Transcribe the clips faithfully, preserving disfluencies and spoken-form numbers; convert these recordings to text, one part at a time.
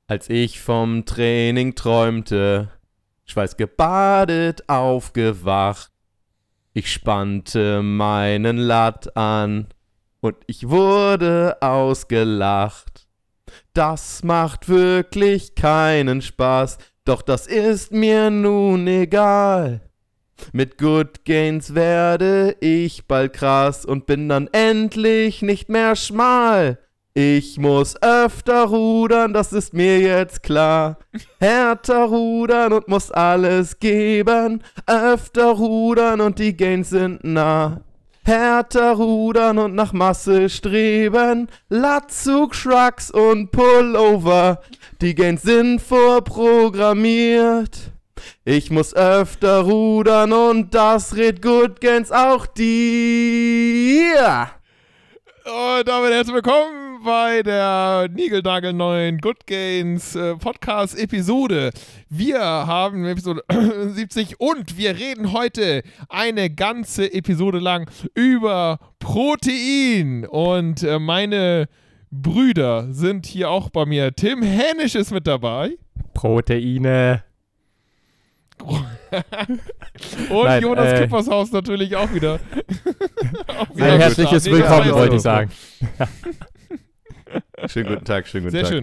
Als ich vom Training träumte, schweißgebadet aufgewacht. Ich spannte meinen Latt an und ich wurde ausgelacht. Das macht wirklich keinen Spaß, doch das ist mir nun egal. Mit Good Gains werde ich bald krass und bin dann endlich nicht mehr schmal. Ich muss öfter rudern, das ist mir jetzt klar. Härter rudern und muss alles geben. Öfter rudern und die Gains sind nah. Härter rudern und nach Masse streben. Latzug, Shrugs und Pullover. Die Gains sind vorprogrammiert. Ich muss öfter rudern und das rät Good Gains auch dir. Und damit herzlich willkommen bei der niegelnagelneuen Good Gains äh, Podcast-Episode. Wir haben Episode siebzig und wir reden heute eine ganze Episode lang über Protein. Und äh, meine Brüder sind hier auch bei mir. Tim Hänisch ist mit dabei. Proteine. Und Nein, Jonas äh, Kippershaus natürlich auch wieder. auch wieder Ein herzliches Nee, Willkommen, ja, wollte ich so. sagen. Schönen guten Tag, schönen guten Sehr Tag. schön.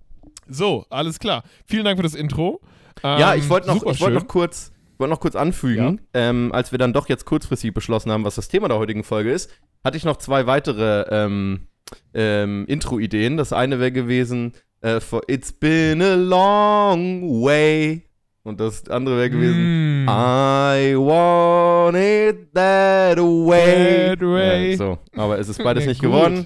So, alles klar. Vielen Dank für das Intro. Ja, Ähm, ich wollte noch, super ich wollt schön. noch kurz... wollte noch kurz anfügen, ähm, als wir dann doch jetzt kurzfristig beschlossen haben, was das Thema der heutigen Folge ist, hatte ich noch zwei weitere ähm, ähm, Intro-Ideen. Das eine wäre gewesen, äh, for It's been a long way. Und das andere wäre gewesen, Mm. I want it that way. That way. Ja, so, aber es ist beides Ja, nicht gut. geworden.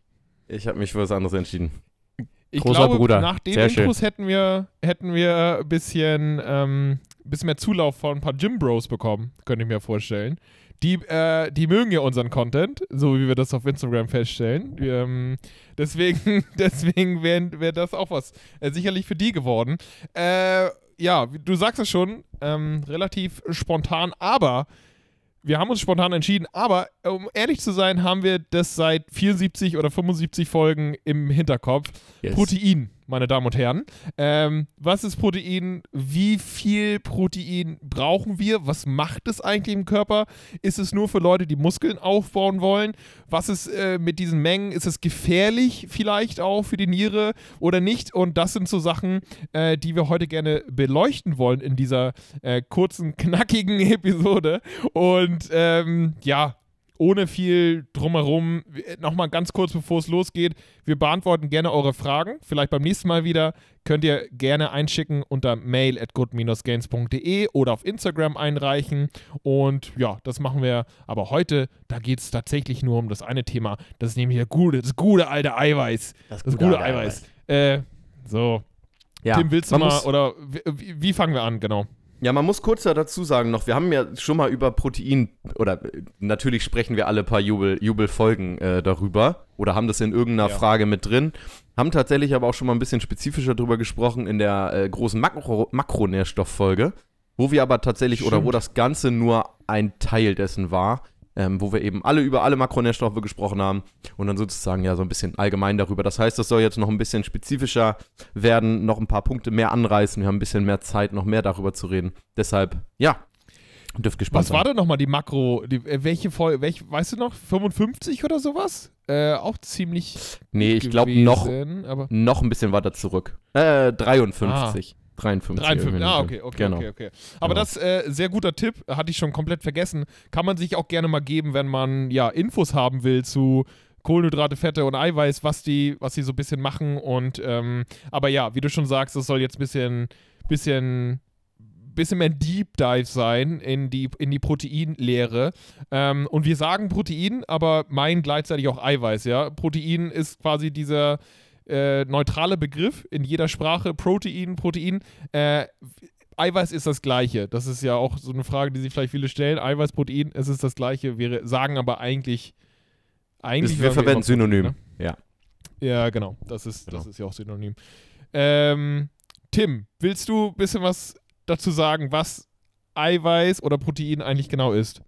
Ich habe mich für was anderes entschieden. Ich Großer glaube, Bruder. nach den Sehr schön. Intros hätten wir, hätten wir ein bisschen, ähm, bisschen mehr Zulauf von ein paar Gym Bros bekommen, könnte ich mir vorstellen. Die, äh, die mögen ja unseren Content, so wie wir das auf Instagram feststellen. Ähm, deswegen deswegen wäre wär das auch was äh, sicherlich für die geworden. Äh, ja, du sagst es schon, ähm, relativ spontan, aber wir haben uns spontan entschieden, aber um ehrlich zu sein, haben wir das seit vierundsiebzig oder fünfundsiebzig Folgen im Hinterkopf. Yes. Protein, meine Damen und Herren. Ähm, was ist Protein? Wie viel Protein brauchen wir? Was macht es eigentlich im Körper? Ist es nur für Leute, die Muskeln aufbauen wollen? Was ist äh, mit diesen Mengen? Ist es gefährlich vielleicht auch für die Niere oder nicht? Und das sind so Sachen, äh, die wir heute gerne beleuchten wollen in dieser äh, kurzen, knackigen Episode. Und ähm, ja, ohne viel drumherum, nochmal ganz kurz, bevor es losgeht, wir beantworten gerne eure Fragen, vielleicht beim nächsten Mal wieder, könnt ihr gerne einschicken unter mail at good dash gains punkt de oder auf Instagram einreichen und ja, das machen wir, aber heute, da geht es tatsächlich nur um das eine Thema, das ist nämlich der gute, das gute alte Eiweiß, das, gute gute alte Eiweiß. Äh, so, Ja, Tim, willst du man mal, muss- oder wie, wie fangen wir an, genau? Ja, man muss kurz dazu sagen noch, wir haben ja schon mal über Protein, oder äh, natürlich sprechen wir alle paar Jubel, Jubelfolgen äh, darüber, oder haben das in irgendeiner Ja. Frage mit drin, haben tatsächlich aber auch schon mal ein bisschen spezifischer darüber gesprochen in der äh, großen Makro Makronährstofffolge, wo wir aber tatsächlich, oder wo Stimmt. das Ganze nur ein Teil dessen war, ähm, wo wir eben alle über alle Makronährstoffe gesprochen haben und dann sozusagen ja so ein bisschen allgemein darüber. Das heißt, das soll jetzt noch ein bisschen spezifischer werden, noch ein paar Punkte mehr anreißen. Wir haben ein bisschen mehr Zeit, noch mehr darüber zu reden. Deshalb, ja, dürft gespannt Was sein. war denn nochmal die Makro, die, äh, welche Folge, welche, weißt du noch, fünfundfünfzig oder sowas? Äh, auch ziemlich Nee, ich glaube gewesen, noch, aber noch ein bisschen weiter zurück. Äh, dreiundfünfzig. dreiundfünfzig. dreiundfünfzig, irgendwie ah, so. okay, okay, Genau. okay, okay. Aber Genau. das, äh, sehr guter Tipp, hatte ich schon komplett vergessen. Kann man sich auch gerne mal geben, wenn man, ja, Infos haben will zu Kohlenhydrate, Fette und Eiweiß, was die, was die so ein bisschen machen und, ähm, aber ja, wie du schon sagst, das soll jetzt ein bisschen, bisschen, bisschen mehr Deep Dive sein in die, in die Proteinlehre. Ähm, und wir sagen Protein, aber meinen gleichzeitig auch Eiweiß, ja. Protein ist quasi dieser äh, neutrale Begriff in jeder Sprache. Protein, Protein. Äh, Eiweiß ist das Gleiche. Das ist ja auch so eine Frage, die sich vielleicht viele stellen. Eiweiß, Protein, es ist das Gleiche. Wir sagen aber eigentlich, eigentlich Ist, wir sagen verwenden immer Protein, Synonym. Ja. ne? Ja, genau. Das ist, Genau. das ist ja auch Synonym. Ähm, Tim, willst du ein bisschen was dazu sagen, was Eiweiß oder Protein eigentlich genau ist?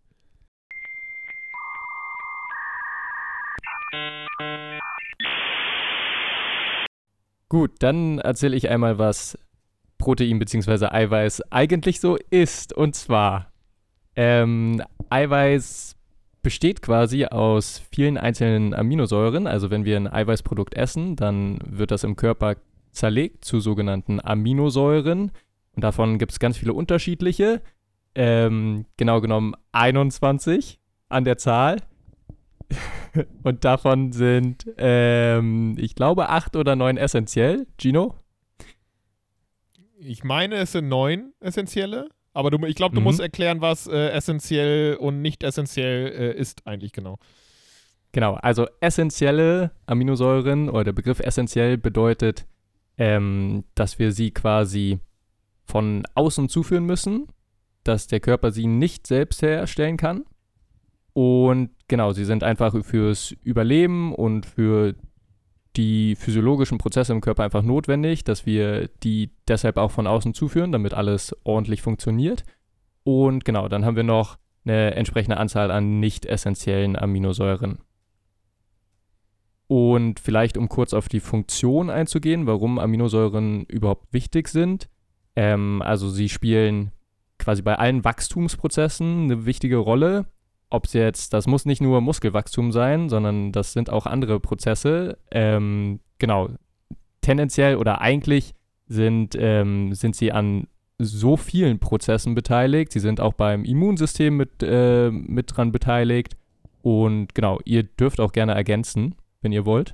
Gut, dann erzähle ich einmal, was Protein bzw. Eiweiß eigentlich so ist. Und zwar, ähm, Eiweiß besteht quasi aus vielen einzelnen Aminosäuren. Also wenn wir ein Eiweißprodukt essen, dann wird das im Körper zerlegt zu sogenannten Aminosäuren. Und davon gibt es ganz viele unterschiedliche. Ähm, genau genommen einundzwanzig an der Zahl. Und davon sind, ähm, ich glaube, acht oder neun essentiell. Gino? Ich meine, es sind neun essentielle, aber du, ich glaube, du Mhm. musst erklären, was äh, essentiell und nicht essentiell äh, ist eigentlich genau. Genau, also essentielle Aminosäuren oder der Begriff essentiell bedeutet, ähm, dass wir sie quasi von außen zuführen müssen, dass der Körper sie nicht selbst herstellen kann. Und genau, sie sind einfach fürs Überleben und für die physiologischen Prozesse im Körper einfach notwendig, dass wir die deshalb auch von außen zuführen, damit alles ordentlich funktioniert. Und genau, dann haben wir noch eine entsprechende Anzahl an nicht essentiellen Aminosäuren. Und vielleicht, um kurz auf die Funktion einzugehen, warum Aminosäuren überhaupt wichtig sind. Ähm, also sie spielen quasi bei allen Wachstumsprozessen eine wichtige Rolle. Ob es jetzt, das muss nicht nur Muskelwachstum sein, sondern das sind auch andere Prozesse. Ähm, genau, tendenziell oder eigentlich sind, ähm, sind sie an so vielen Prozessen beteiligt. Sie sind auch beim Immunsystem mit, äh, mit dran beteiligt. Und genau, ihr dürft auch gerne ergänzen, wenn ihr wollt.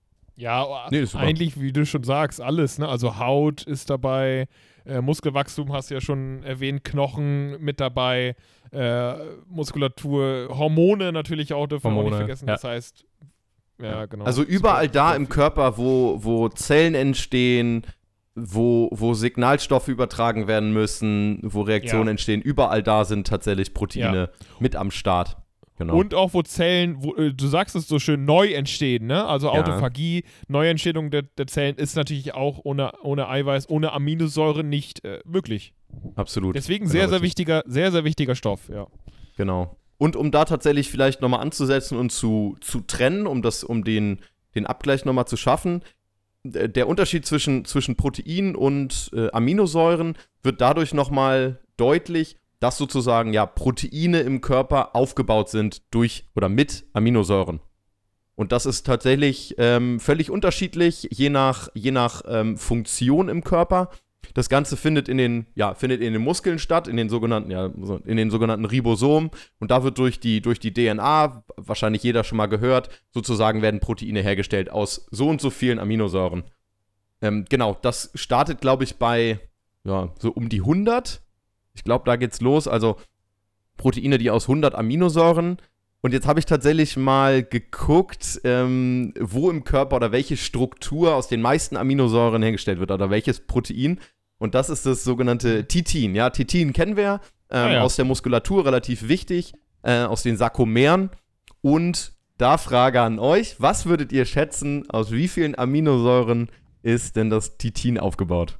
Ja, Nee, ist super. eigentlich, wie du schon sagst, alles. Ne? Also Haut ist dabei, äh, Muskelwachstum hast du ja schon erwähnt, Knochen mit dabei, äh, Muskulatur, Hormone natürlich auch, dürfen wir auch Hormone, nicht vergessen. ja. Das heißt, ja, genau. Also überall Super, da super im viel. Körper, wo, wo Zellen entstehen, wo, wo Signalstoffe übertragen werden müssen, wo Reaktionen Ja. entstehen, überall da sind tatsächlich Proteine mit am Start. Genau. Und auch wo Zellen, wo, äh, du sagst es so schön, neu entstehen, ne? Also Ja. Autophagie, Neuentstehung der, der Zellen ist natürlich auch ohne, ohne Eiweiß, ohne Aminosäuren nicht äh, möglich. Absolut. Deswegen Genau, sehr, sehr richtig. wichtiger, sehr, sehr wichtiger Stoff, ja. Genau. Und um da tatsächlich vielleicht nochmal anzusetzen und zu, zu trennen, um, das, um den, den Abgleich nochmal zu schaffen, d- der Unterschied zwischen, zwischen Protein und äh, Aminosäuren wird dadurch nochmal deutlich, dass sozusagen ja Proteine im Körper aufgebaut sind durch oder mit Aminosäuren. Und das ist tatsächlich ähm, völlig unterschiedlich, je nach, je nach ähm, Funktion im Körper. Das Ganze findet in den, ja, findet in den Muskeln statt, in den sogenannten, ja, so- in den sogenannten Ribosomen. Und da wird durch die, durch die D N A, wahrscheinlich jeder schon mal gehört, sozusagen werden Proteine hergestellt aus so und so vielen Aminosäuren. Ähm, genau, das startet, glaube ich, bei ja, so um die hundert. Ich glaube, da geht's los. Also Proteine, die aus hundert Aminosäuren. Und jetzt habe ich tatsächlich mal geguckt, ähm, wo im Körper oder welche Struktur aus den meisten Aminosäuren hergestellt wird oder welches Protein. Und das ist das sogenannte Titin. Ja, Titin kennen wir ähm, Ah, ja. aus der Muskulatur, relativ wichtig, äh, aus den Sarkomeren. Und da Frage an euch, was würdet ihr schätzen, aus wie vielen Aminosäuren ist denn das Titin aufgebaut?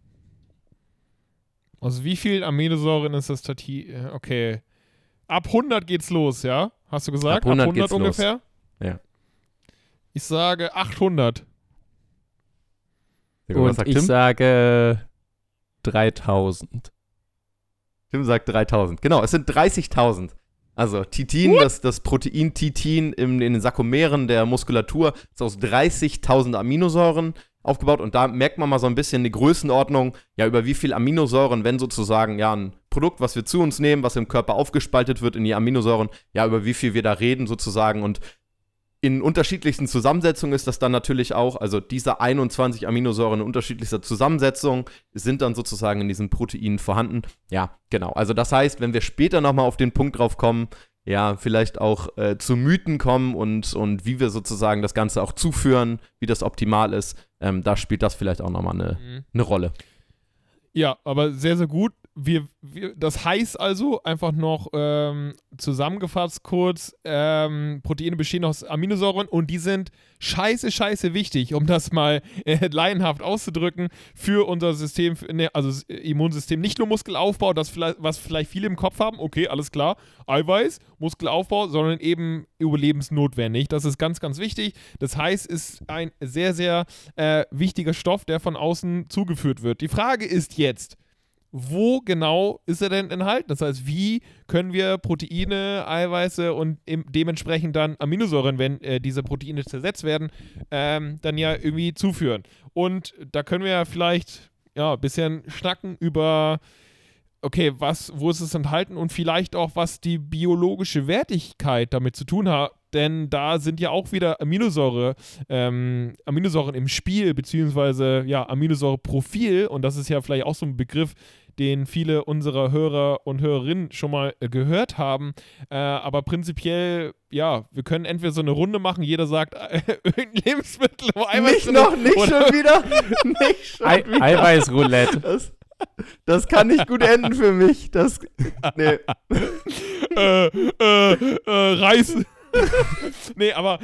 Aus wie vielen Aminosäuren ist das Tati? äh, Okay. Ab hundert geht's los, ja? Hast du gesagt? Ab hundert geht's los. ungefähr? Ja. Ich sage achthundert. Was Und sagt ich Tim? sage dreitausend. Tim sagt dreitausend. Genau, es sind dreißigtausend. Also Titin, das, das Protein Titin im, in den Sarkomeren der Muskulatur ist aus dreißigtausend Aminosäuren aufgebaut. Und da merkt man mal so ein bisschen die Größenordnung, ja, über wie viel Aminosäuren, wenn sozusagen ja ein Produkt, was wir zu uns nehmen, was im Körper aufgespaltet wird in die Aminosäuren, ja, über wie viel wir da reden sozusagen. Und in unterschiedlichsten Zusammensetzungen ist das dann natürlich auch, also diese einundzwanzig Aminosäuren in unterschiedlichster Zusammensetzung sind dann sozusagen in diesen Proteinen vorhanden. Ja, genau. Also das heißt, wenn wir später nochmal auf den Punkt drauf kommen, ja, vielleicht auch äh, zu Mythen kommen und, und wie wir sozusagen das Ganze auch zuführen, wie das optimal ist, ähm, da spielt das vielleicht auch nochmal eine, Mhm. eine Rolle. Ja, aber sehr, sehr gut. wir, wir, das heißt also, einfach noch ähm, zusammengefasst kurz, ähm, Proteine bestehen aus Aminosäuren und die sind scheiße, scheiße wichtig, um das mal äh, laienhaft auszudrücken, für unser System, ne, also das Immunsystem. Nicht nur Muskelaufbau, das vielleicht, was vielleicht viele im Kopf haben, okay, alles klar, Eiweiß, Muskelaufbau, sondern eben überlebensnotwendig. Das ist ganz, ganz wichtig. Das heißt, ist ein sehr, sehr äh, wichtiger Stoff, der von außen zugeführt wird. Die Frage ist jetzt, wo genau ist er denn enthalten? Das heißt, wie können wir Proteine, Eiweiße und dementsprechend dann Aminosäuren, wenn äh, diese Proteine zersetzt werden, ähm, dann ja irgendwie zuführen? Und da können wir ja vielleicht ja, ein bisschen schnacken über, okay, was, wo ist es enthalten und vielleicht auch, was die biologische Wertigkeit damit zu tun hat. Denn da sind ja auch wieder Aminosäure, ähm, Aminosäuren im Spiel, beziehungsweise ja, Aminosäureprofil. Und das ist ja vielleicht auch so ein Begriff, den viele unserer Hörer und Hörerinnen schon mal äh, gehört haben. Äh, aber prinzipiell, ja, wir können entweder so eine Runde machen, jeder sagt äh, irgendein Lebensmittel, wo Eiweiß Nicht noch, nicht schon wieder. Nicht schon Ei- wieder. Eiweißroulette. Das, das kann nicht gut enden für mich. Das, nee. äh, äh, äh, Reis. nee, aber,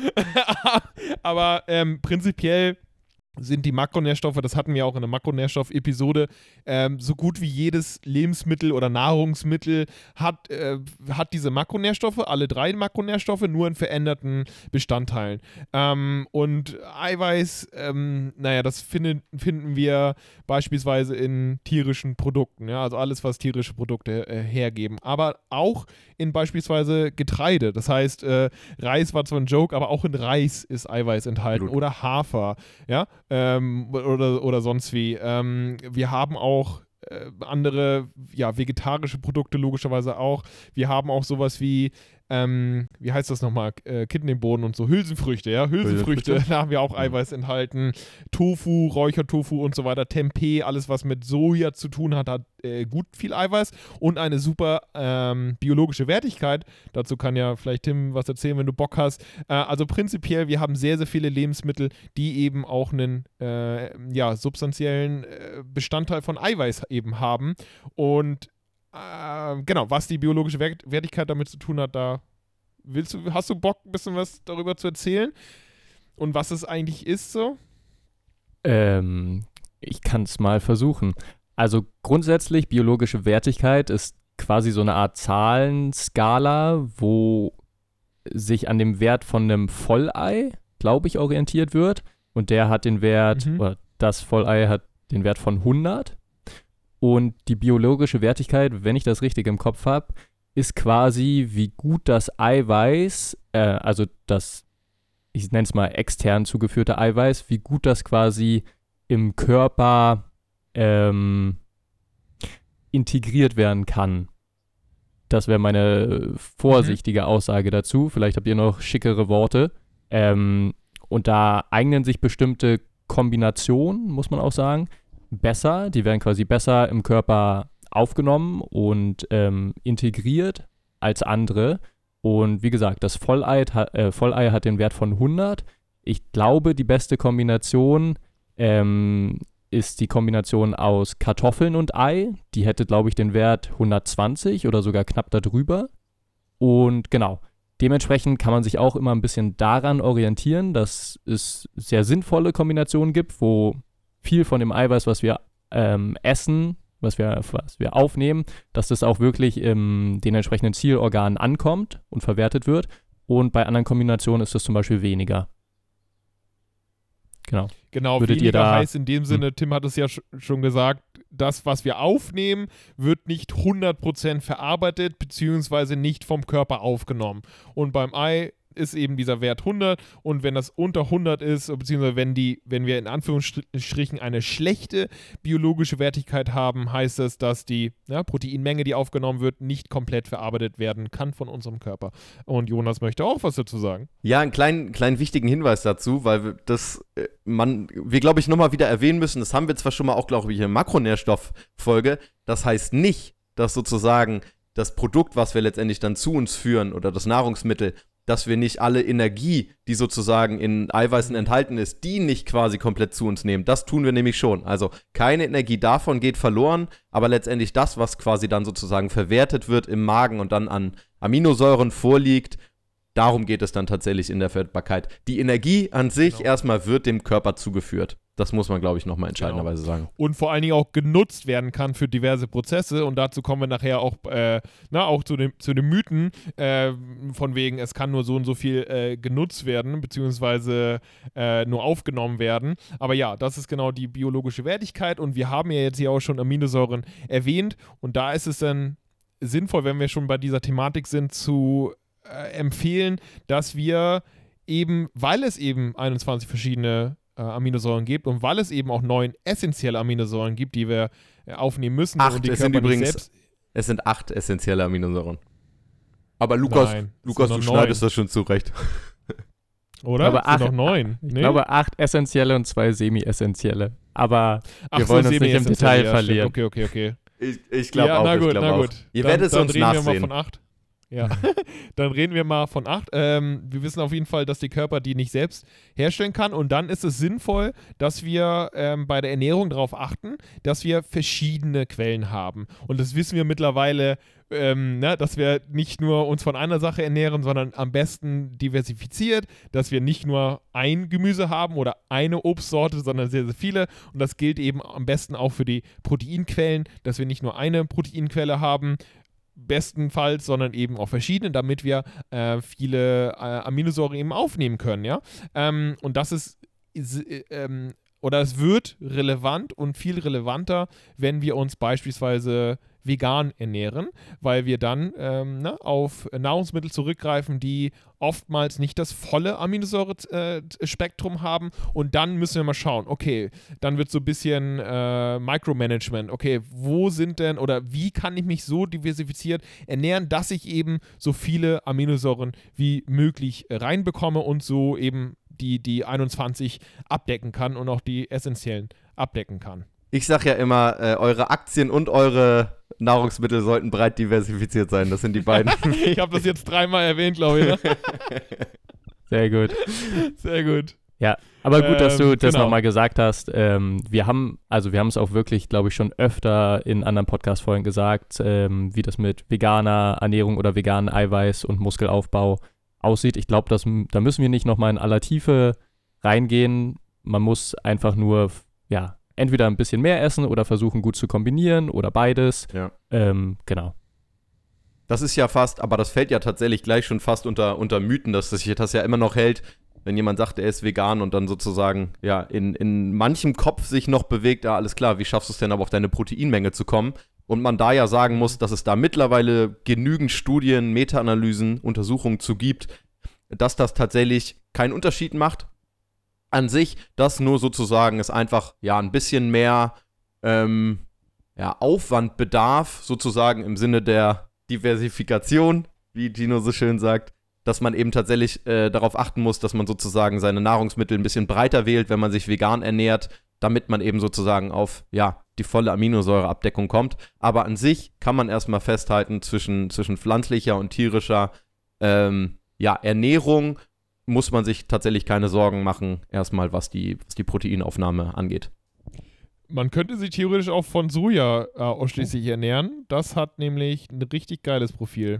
aber ähm, prinzipiell sind die Makronährstoffe, das hatten wir auch in der Makronährstoff-Episode, ähm, so gut wie jedes Lebensmittel oder Nahrungsmittel hat, äh, hat diese Makronährstoffe, alle drei Makronährstoffe, nur in veränderten Bestandteilen. Ähm, und Eiweiß, ähm, naja, das finden, finden wir beispielsweise in tierischen Produkten, ja, also alles, was tierische Produkte äh, hergeben, aber auch in beispielsweise Getreide. Das heißt, äh, Reis war zwar ein Joke, aber auch in Reis ist Eiweiß enthalten Blut. oder Hafer, ja, ähm, oder, oder sonst wie. Ähm, wir haben auch äh, andere, ja, vegetarische Produkte logischerweise auch. Wir haben auch sowas wie, ähm, wie heißt das nochmal, äh, Kidneybohnen und so, Hülsenfrüchte, ja, Hülsenfrüchte, Hülsenfrüchte. da haben wir auch Eiweiß enthalten, Tofu, Räuchertofu und so weiter, Tempeh, alles was mit Soja zu tun hat, hat äh, gut viel Eiweiß und eine super ähm, biologische Wertigkeit. Dazu kann ja vielleicht Tim was erzählen, wenn du Bock hast. Äh, also prinzipiell, wir haben sehr, sehr viele Lebensmittel, die eben auch einen äh, ja, substanziellen äh, Bestandteil von Eiweiß eben haben und äh, genau, was die biologische Wert- Wertigkeit damit zu tun hat, da willst du, hast du Bock, ein bisschen was darüber zu erzählen? Und was es eigentlich ist so? Ähm, ich kann es mal versuchen. Also grundsätzlich, biologische Wertigkeit ist quasi so eine Art Zahlenskala, wo sich an dem Wert von einem Vollei, glaube ich, orientiert wird. Und der hat den Wert, Mhm. oder das Vollei hat den Wert von hundert. Und die biologische Wertigkeit, wenn ich das richtig im Kopf habe, ist quasi, wie gut das Eiweiß, äh, also das, ich nenne es mal extern zugeführte Eiweiß, wie gut das quasi im Körper ähm, integriert werden kann. Das wäre meine vorsichtige Aussage dazu. Vielleicht habt ihr noch schickere Worte. Ähm, und da eignen sich bestimmte Kombinationen, muss man auch sagen, besser. Die werden quasi besser im Körper aufgenommen und ähm, integriert als andere. Und wie gesagt, das Vollei, äh, Vollei hat den Wert von hundert. Ich glaube, die beste Kombination ähm, ist die Kombination aus Kartoffeln und Ei. Die hätte, glaube ich, den Wert hundertzwanzig oder sogar knapp darüber. Und genau, dementsprechend kann man sich auch immer ein bisschen daran orientieren, dass es sehr sinnvolle Kombinationen gibt, wo viel von dem Eiweiß, was wir ähm, essen, was wir, was wir aufnehmen, dass das auch wirklich in den entsprechenden Zielorganen ankommt und verwertet wird. Und bei anderen Kombinationen ist das zum Beispiel weniger. Genau. Genau, Würdet ihr weniger da- heißt in dem Sinne, Tim hat es ja sch- schon gesagt, das, was wir aufnehmen, wird nicht hundert Prozent verarbeitet, beziehungsweise nicht vom Körper aufgenommen. Und beim Ei ist eben dieser Wert hundert und wenn das unter hundert ist, beziehungsweise wenn die, wenn wir in Anführungsstrichen eine schlechte biologische Wertigkeit haben, heißt das, dass die ja, Proteinmenge, die aufgenommen wird, nicht komplett verarbeitet werden kann von unserem Körper. Und Jonas möchte auch was dazu sagen. Ja, einen kleinen, kleinen wichtigen Hinweis dazu, weil wir das, äh, man, wir glaube ich nochmal wieder erwähnen müssen, das haben wir zwar schon mal auch, glaube ich, in der Makronährstofffolge, das heißt nicht, dass sozusagen das Produkt, was wir letztendlich dann zu uns führen oder das Nahrungsmittel, dass wir nicht alle Energie, die sozusagen in Eiweißen enthalten ist, die nicht quasi komplett zu uns nehmen. Das tun wir nämlich schon. Also keine Energie davon geht verloren, aber letztendlich das, was quasi dann sozusagen verwertet wird im Magen und dann an Aminosäuren vorliegt, darum geht es dann tatsächlich in der Verwertbarkeit. Die Energie an sich Genau. erstmal wird dem Körper zugeführt. Das muss man, glaube ich, nochmal entscheidenderweise sagen. Und vor allen Dingen auch genutzt werden kann für diverse Prozesse. Und dazu kommen wir nachher auch, äh, na, auch zu, dem, zu den Mythen, äh, von wegen, es kann nur so und so viel äh, genutzt werden, beziehungsweise äh, nur aufgenommen werden. Aber ja, das ist genau die biologische Wertigkeit. Und wir haben ja jetzt hier auch schon Aminosäuren erwähnt. Und da ist es dann sinnvoll, wenn wir schon bei dieser Thematik sind, zu äh, empfehlen, dass wir eben, weil es eben einundzwanzig verschiedene Äh, Aminosäuren gibt und weil es eben auch neun essentielle Aminosäuren gibt, die wir äh, aufnehmen müssen. Acht, und die es sind Körper nicht übrigens, selbst es sind acht essentielle Aminosäuren. Aber Lukas, Nein, es Lukas sind du noch schneidest neun. das schon zurecht. Oder? Aber Es sind acht- noch neun. Ich Nee? glaube, acht essentielle und zwei semi-essentielle. Aber Ach wir so, wollen uns nicht im semi-essentiell, Detail ja, verlieren. Stimmt. Okay, okay, okay. Ich, ich glaube ja, auch, na ich gut, glaube na auch. gut. Ihr dann, werdet es dann uns reden wir mal nachsehen. von acht. Ja, dann reden wir mal von acht. Ähm, wir wissen auf jeden Fall, dass der Körper die nicht selbst herstellen kann und dann ist es sinnvoll, dass wir ähm, bei der Ernährung darauf achten, dass wir verschiedene Quellen haben. Und das wissen wir mittlerweile, ähm, ne, dass wir nicht nur uns von einer Sache ernähren, sondern am besten diversifiziert, dass wir nicht nur ein Gemüse haben oder eine Obstsorte, sondern sehr, sehr viele. Und das gilt eben am besten auch für die Proteinquellen, dass wir nicht nur eine Proteinquelle haben, bestenfalls, sondern eben auch verschiedene, damit wir äh, viele äh, Aminosäuren eben aufnehmen können, ja. Ähm, und das ist, ist äh, ähm, oder es wird relevant und viel relevanter, wenn wir uns beispielsweise vegan ernähren, weil wir dann ähm, ne, auf Nahrungsmittel zurückgreifen, die oftmals nicht das volle Aminosäurespektrum haben und dann müssen wir mal schauen, okay, dann wird so ein bisschen äh, Micromanagement, okay, wo sind denn oder wie kann ich mich so diversifiziert ernähren, dass ich eben so viele Aminosäuren wie möglich äh, reinbekomme und so eben die, die einundzwanzig abdecken kann und auch die essentiellen abdecken kann. Ich sag ja immer, äh, eure Aktien und eure Nahrungsmittel sollten breit diversifiziert sein. Das sind die beiden. Ich habe das jetzt dreimal erwähnt, glaube ich. Ne? Sehr gut. Sehr gut. Ja, aber gut, dass du Ähm, das genau. nochmal gesagt hast. Ähm, wir haben, also wir haben es auch wirklich, glaube ich, schon öfter in anderen Podcast-Folgen gesagt, ähm, wie das mit veganer Ernährung oder veganen Eiweiß und Muskelaufbau aussieht. Ich glaube, das- da müssen wir nicht nochmal in aller Tiefe reingehen. Man muss einfach nur, ja, entweder ein bisschen mehr essen oder versuchen, gut zu kombinieren oder beides. Ja. Ähm, genau. Das ist ja fast, aber das fällt ja tatsächlich gleich schon fast unter, unter Mythen, dass sich das ja immer noch hält, wenn jemand sagt, er ist vegan und dann sozusagen ja in, in manchem Kopf sich noch bewegt, ja alles klar, wie schaffst du es denn aber auf deine Proteinmenge zu kommen? Und man da ja sagen muss, dass es da mittlerweile genügend Studien, Meta-Analysen, Untersuchungen zu gibt, dass das tatsächlich keinen Unterschied macht. An sich, dass nur sozusagen es einfach ja ein bisschen mehr ähm, ja, Aufwand bedarf, sozusagen im Sinne der Diversifikation, wie Gino so schön sagt, dass man eben tatsächlich äh, darauf achten muss, dass man sozusagen seine Nahrungsmittel ein bisschen breiter wählt, wenn man sich vegan ernährt, damit man eben sozusagen auf ja, die volle Aminosäureabdeckung kommt. Aber an sich kann man erstmal festhalten, zwischen, zwischen pflanzlicher und tierischer ähm, ja, Ernährung muss man sich tatsächlich keine Sorgen machen, erstmal was die, was die Proteinaufnahme angeht. Man könnte sich theoretisch auch von Soja äh, ausschließlich ernähren. Das hat nämlich ein richtig geiles Profil.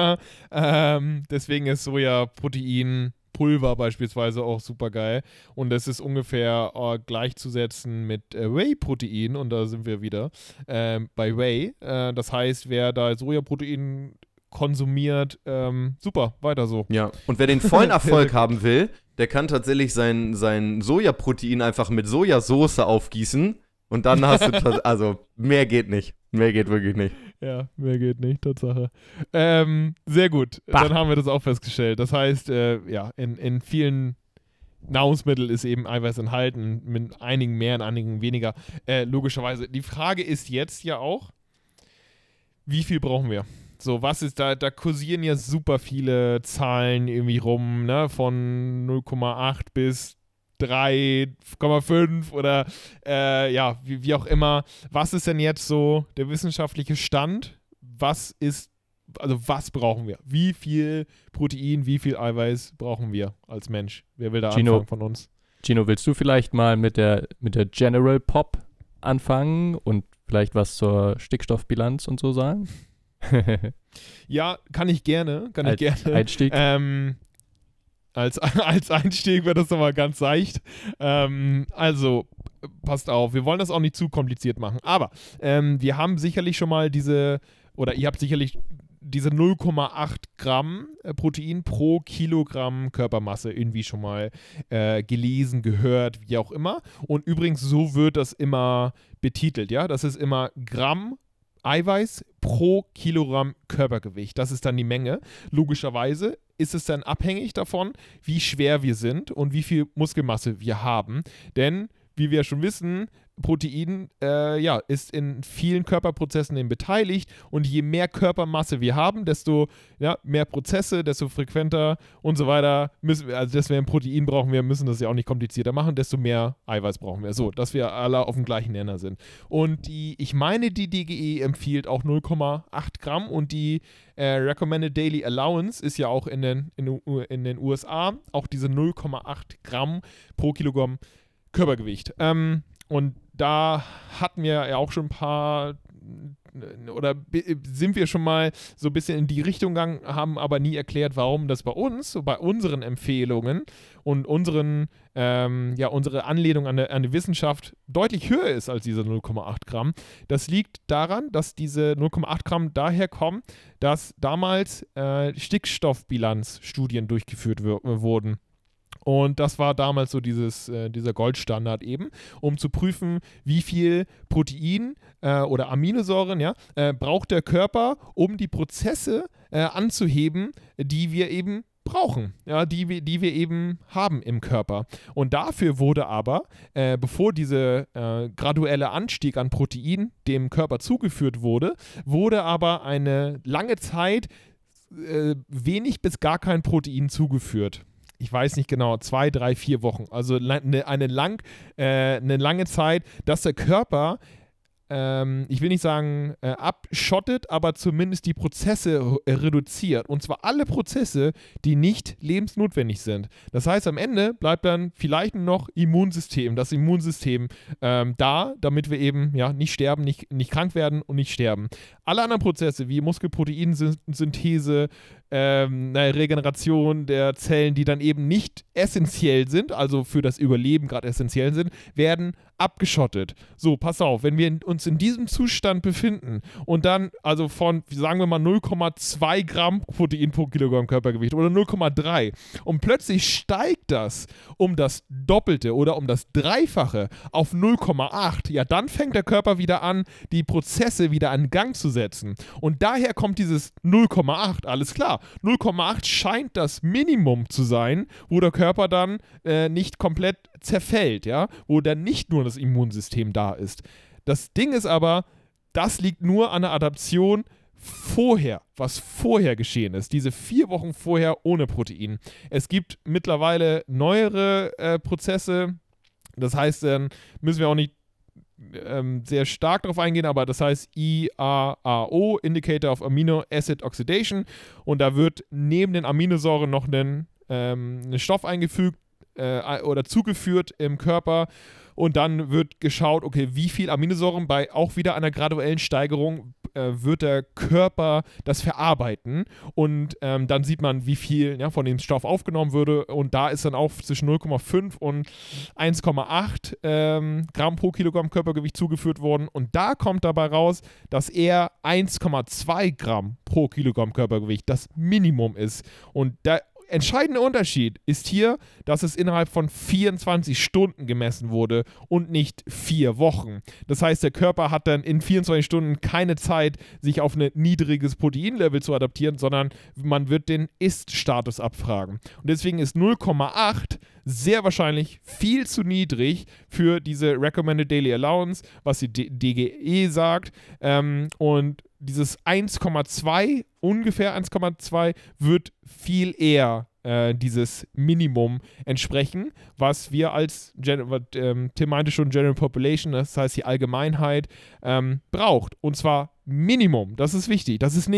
ähm, deswegen ist Soja-Protein-Pulver beispielsweise auch super geil. Und es ist ungefähr äh, gleichzusetzen mit äh, Whey-Protein. Und da sind wir wieder ähm, bei Whey. Äh, das heißt, wer da Sojaprotein konsumiert, ähm, super, weiter so. Ja, und wer den vollen Erfolg haben will, der kann tatsächlich sein, sein Sojaprotein einfach mit Sojasauce aufgießen und dann hast du, ta- also mehr geht nicht. Mehr geht wirklich nicht. Ja, mehr geht nicht, Tatsache. Ähm, sehr gut, Bah. dann haben wir das auch festgestellt. Das heißt, äh, ja, in, in vielen Nahrungsmitteln ist eben Eiweiß enthalten, mit einigen mehr, in einigen weniger. Äh, logischerweise. Die Frage ist jetzt ja auch, wie viel brauchen wir? So, was ist da, da kursieren ja super viele Zahlen irgendwie rum, ne, von null Komma acht bis drei Komma fünf oder äh, ja, wie, wie auch immer. Was ist denn jetzt so der wissenschaftliche Stand? Was ist also was brauchen wir? Wie viel Protein, wie viel Eiweiß brauchen wir als Mensch? Wer will da Gino, anfangen von uns? Gino, willst du vielleicht mal mit der, mit der General Pop anfangen und vielleicht was zur Stickstoffbilanz und so sagen? Ja, kann ich gerne, kann als ich gerne. Einstieg. Ähm, als, als Einstieg wird das nochmal ganz seicht. Ähm, also, passt auf, wir wollen das auch nicht zu kompliziert machen, aber ähm, wir haben sicherlich schon mal diese, oder ihr habt sicherlich diese null Komma acht Gramm Protein pro Kilogramm Körpermasse irgendwie schon mal äh, gelesen, gehört, wie auch immer. Und übrigens, so wird das immer betitelt, ja. Das ist immer Gramm Eiweiß pro Kilogramm Körpergewicht. Das ist dann die Menge. Logischerweise ist es dann abhängig davon, wie schwer wir sind und wie viel Muskelmasse wir haben. Denn, wie wir schon wissen, Protein äh, ja, ist in vielen Körperprozessen eben beteiligt und je mehr Körpermasse wir haben, desto ja, mehr Prozesse, desto frequenter und so weiter müssen wir, also dass wir ein Protein brauchen, wir müssen das ja auch nicht komplizierter machen, desto mehr Eiweiß brauchen wir. So, dass wir alle auf dem gleichen Nenner sind. Und die, ich meine, die D G E empfiehlt auch null Komma acht Gramm und die äh, Recommended Daily Allowance ist ja auch in den, in, in den U S A auch diese null Komma acht Gramm pro Kilogramm Körpergewicht. Ähm, und da hatten wir ja auch schon ein paar, oder sind wir schon mal so ein bisschen in die Richtung gegangen, haben aber nie erklärt, warum das bei uns, so bei unseren Empfehlungen und unseren, ähm, ja, unsere Anlehnung an die, an die Wissenschaft deutlich höher ist als diese null Komma acht Gramm. Das liegt daran, dass diese null Komma acht Gramm daher kommen, dass damals äh, Stickstoffbilanzstudien durchgeführt w- wurden. Und das war damals so dieses, äh, dieser Goldstandard eben, um zu prüfen, wie viel Protein äh, oder Aminosäuren ja, äh, braucht der Körper, um die Prozesse äh, anzuheben, die wir eben brauchen, ja, die, wir, die wir eben haben im Körper. Und dafür wurde aber, äh, bevor dieser äh, graduelle Anstieg an Protein dem Körper zugeführt wurde, wurde aber eine lange Zeit äh, wenig bis gar kein Protein zugeführt. Ich weiß nicht genau, zwei, drei, vier Wochen. Also eine, eine, lang, äh, eine lange Zeit, dass der Körper, ähm, ich will nicht sagen äh, abschottet, aber zumindest die Prozesse äh, reduziert. Und zwar alle Prozesse, die nicht lebensnotwendig sind. Das heißt, am Ende bleibt dann vielleicht nur noch Immunsystem, das Immunsystem ähm, da, damit wir eben ja, nicht sterben, nicht, nicht krank werden und nicht sterben. Alle anderen Prozesse wie Muskelproteinsynthese, Ähm, eine Regeneration der Zellen, die dann eben nicht essentiell sind, also für das Überleben gerade essentiell sind, werden abgeschottet. So, pass auf, wenn wir uns in diesem Zustand befinden und dann also von, sagen wir mal, null Komma zwei Gramm Protein pro Kilogramm Körpergewicht oder null Komma drei und plötzlich steigt das um das Doppelte oder um das Dreifache auf null Komma acht, ja, dann fängt der Körper wieder an, die Prozesse wieder in Gang zu setzen. Und daher kommt dieses null Komma acht, alles klar. null Komma acht scheint das Minimum zu sein, wo der Körper dann äh, nicht komplett zerfällt, ja, wo dann nicht nur das Immunsystem da ist. Das Ding ist aber, das liegt nur an der Adaption vorher, was vorher geschehen ist, diese vier Wochen vorher ohne Protein. Es gibt mittlerweile neuere äh, Prozesse, das heißt, dann müssen wir auch nicht Ähm, sehr stark darauf eingehen, aber das heißt I A A O, Indicator of Amino Acid Oxidation, und da wird neben den Aminosäuren noch ein ähm, Stoff eingefügt äh, oder zugeführt im Körper und dann wird geschaut, okay, wie viel Aminosäuren bei auch wieder einer graduellen Steigerung äh, wird der Körper das verarbeiten und ähm, dann sieht man, wie viel ja, von dem Stoff aufgenommen würde und da ist dann auch zwischen null Komma fünf und eins Komma acht ähm, Gramm pro Kilogramm Körpergewicht zugeführt worden und da kommt dabei raus, dass eher eins Komma zwei Gramm pro Kilogramm Körpergewicht das Minimum ist und da entscheidende Unterschied ist hier, dass es innerhalb von vierundzwanzig Stunden gemessen wurde und nicht vier Wochen. Das heißt, der Körper hat dann in vierundzwanzig Stunden keine Zeit, sich auf ein niedriges Proteinlevel zu adaptieren, sondern man wird den Ist-Status abfragen. Und deswegen ist null Komma acht sehr wahrscheinlich viel zu niedrig für diese Recommended Daily Allowance, was die D G E sagt. Ähm, und dieses eins Komma zwei, ungefähr eins Komma zwei, wird viel eher äh, dieses Minimum entsprechen, was wir als, Gen- was, ähm, Tim meinte schon, General Population, das heißt die Allgemeinheit, ähm, braucht. Und zwar Minimum, das ist wichtig. Das ist nicht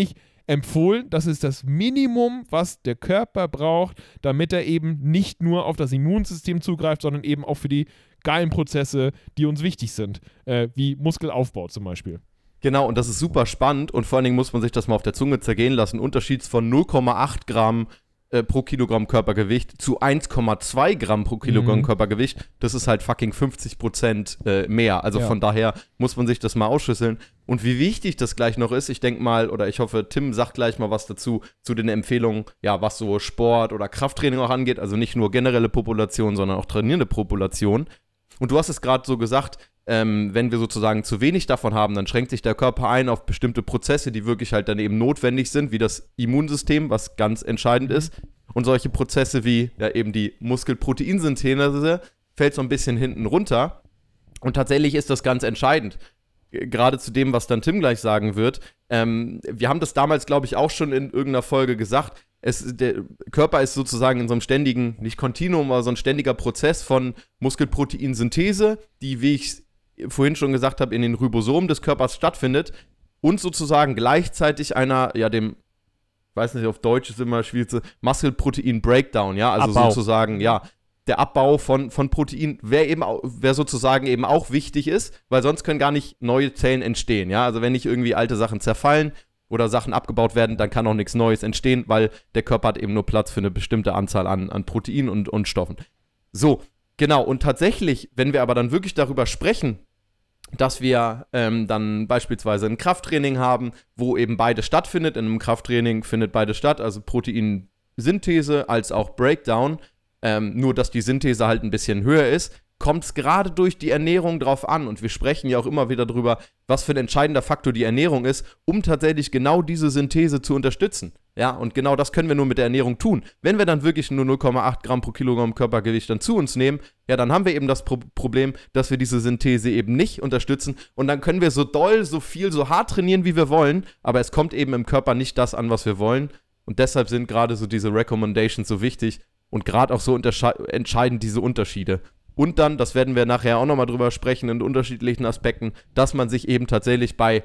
empfohlen. Das ist das Minimum, was der Körper braucht, damit er eben nicht nur auf das Immunsystem zugreift, sondern eben auch für die geilen Prozesse, die uns wichtig sind, äh, wie Muskelaufbau zum Beispiel. Genau, und das ist super spannend und vor allen Dingen muss man sich das mal auf der Zunge zergehen lassen. Unterschied von null Komma acht Gramm äh, pro Kilogramm Körpergewicht zu eins Komma zwei Gramm pro Kilogramm Mhm. Körpergewicht, das ist halt fucking fünfzig Prozent äh, mehr. Also Ja. von daher muss man sich das mal ausschüsseln. Und wie wichtig das gleich noch ist, ich denke mal, oder ich hoffe, Tim sagt gleich mal was dazu, zu den Empfehlungen, ja, was so Sport oder Krafttraining auch angeht, also nicht nur generelle Population, sondern auch trainierende Population. Und du hast es gerade so gesagt, ähm, wenn wir sozusagen zu wenig davon haben, dann schränkt sich der Körper ein auf bestimmte Prozesse, die wirklich halt dann eben notwendig sind, wie das Immunsystem, was ganz entscheidend ist. Und solche Prozesse wie ja eben die Muskelproteinsynthese fällt so ein bisschen hinten runter. Und tatsächlich ist das ganz entscheidend. Gerade zu dem, was dann Tim gleich sagen wird. Ähm, wir haben das damals, glaube ich, auch schon in irgendeiner Folge gesagt. Es, der Körper ist sozusagen in so einem ständigen, nicht Kontinuum, aber so ein ständiger Prozess von Muskelproteinsynthese, die, wie ich vorhin schon gesagt habe, in den Ribosomen des Körpers stattfindet und sozusagen gleichzeitig einer, ja, dem, ich weiß nicht, auf Deutsch ist immer schwierig, Muskelprotein-Breakdown, ja, also Abbau. sozusagen, ja, der Abbau von, von Protein, wer eben, au- wer sozusagen eben auch wichtig ist, weil sonst können gar nicht neue Zellen entstehen, ja, also wenn nicht irgendwie alte Sachen zerfallen oder Sachen abgebaut werden, dann kann auch nichts Neues entstehen, weil der Körper hat eben nur Platz für eine bestimmte Anzahl an, an Proteinen und, und Stoffen. So, genau, und tatsächlich, wenn wir aber dann wirklich darüber sprechen, dass wir ähm, dann beispielsweise ein Krafttraining haben, wo eben beides stattfindet. In einem Krafttraining findet beides statt, also Proteinsynthese als auch Breakdown. Ähm, nur, dass die Synthese halt ein bisschen höher ist, kommt es gerade durch die Ernährung drauf an. Und wir sprechen ja auch immer wieder drüber, was für ein entscheidender Faktor die Ernährung ist, um tatsächlich genau diese Synthese zu unterstützen. Ja, und genau das können wir nur mit der Ernährung tun. Wenn wir dann wirklich nur null Komma acht Gramm pro Kilogramm Körpergewicht dann zu uns nehmen, ja, dann haben wir eben das Pro- Problem, dass wir diese Synthese eben nicht unterstützen und dann können wir so doll, so viel, so hart trainieren, wie wir wollen, aber es kommt eben im Körper nicht das an, was wir wollen und deshalb sind gerade so diese Recommendations so wichtig und gerade auch so untersche- entscheidend diese Unterschiede. Und dann, das werden wir nachher auch nochmal drüber sprechen, in unterschiedlichen Aspekten, dass man sich eben tatsächlich bei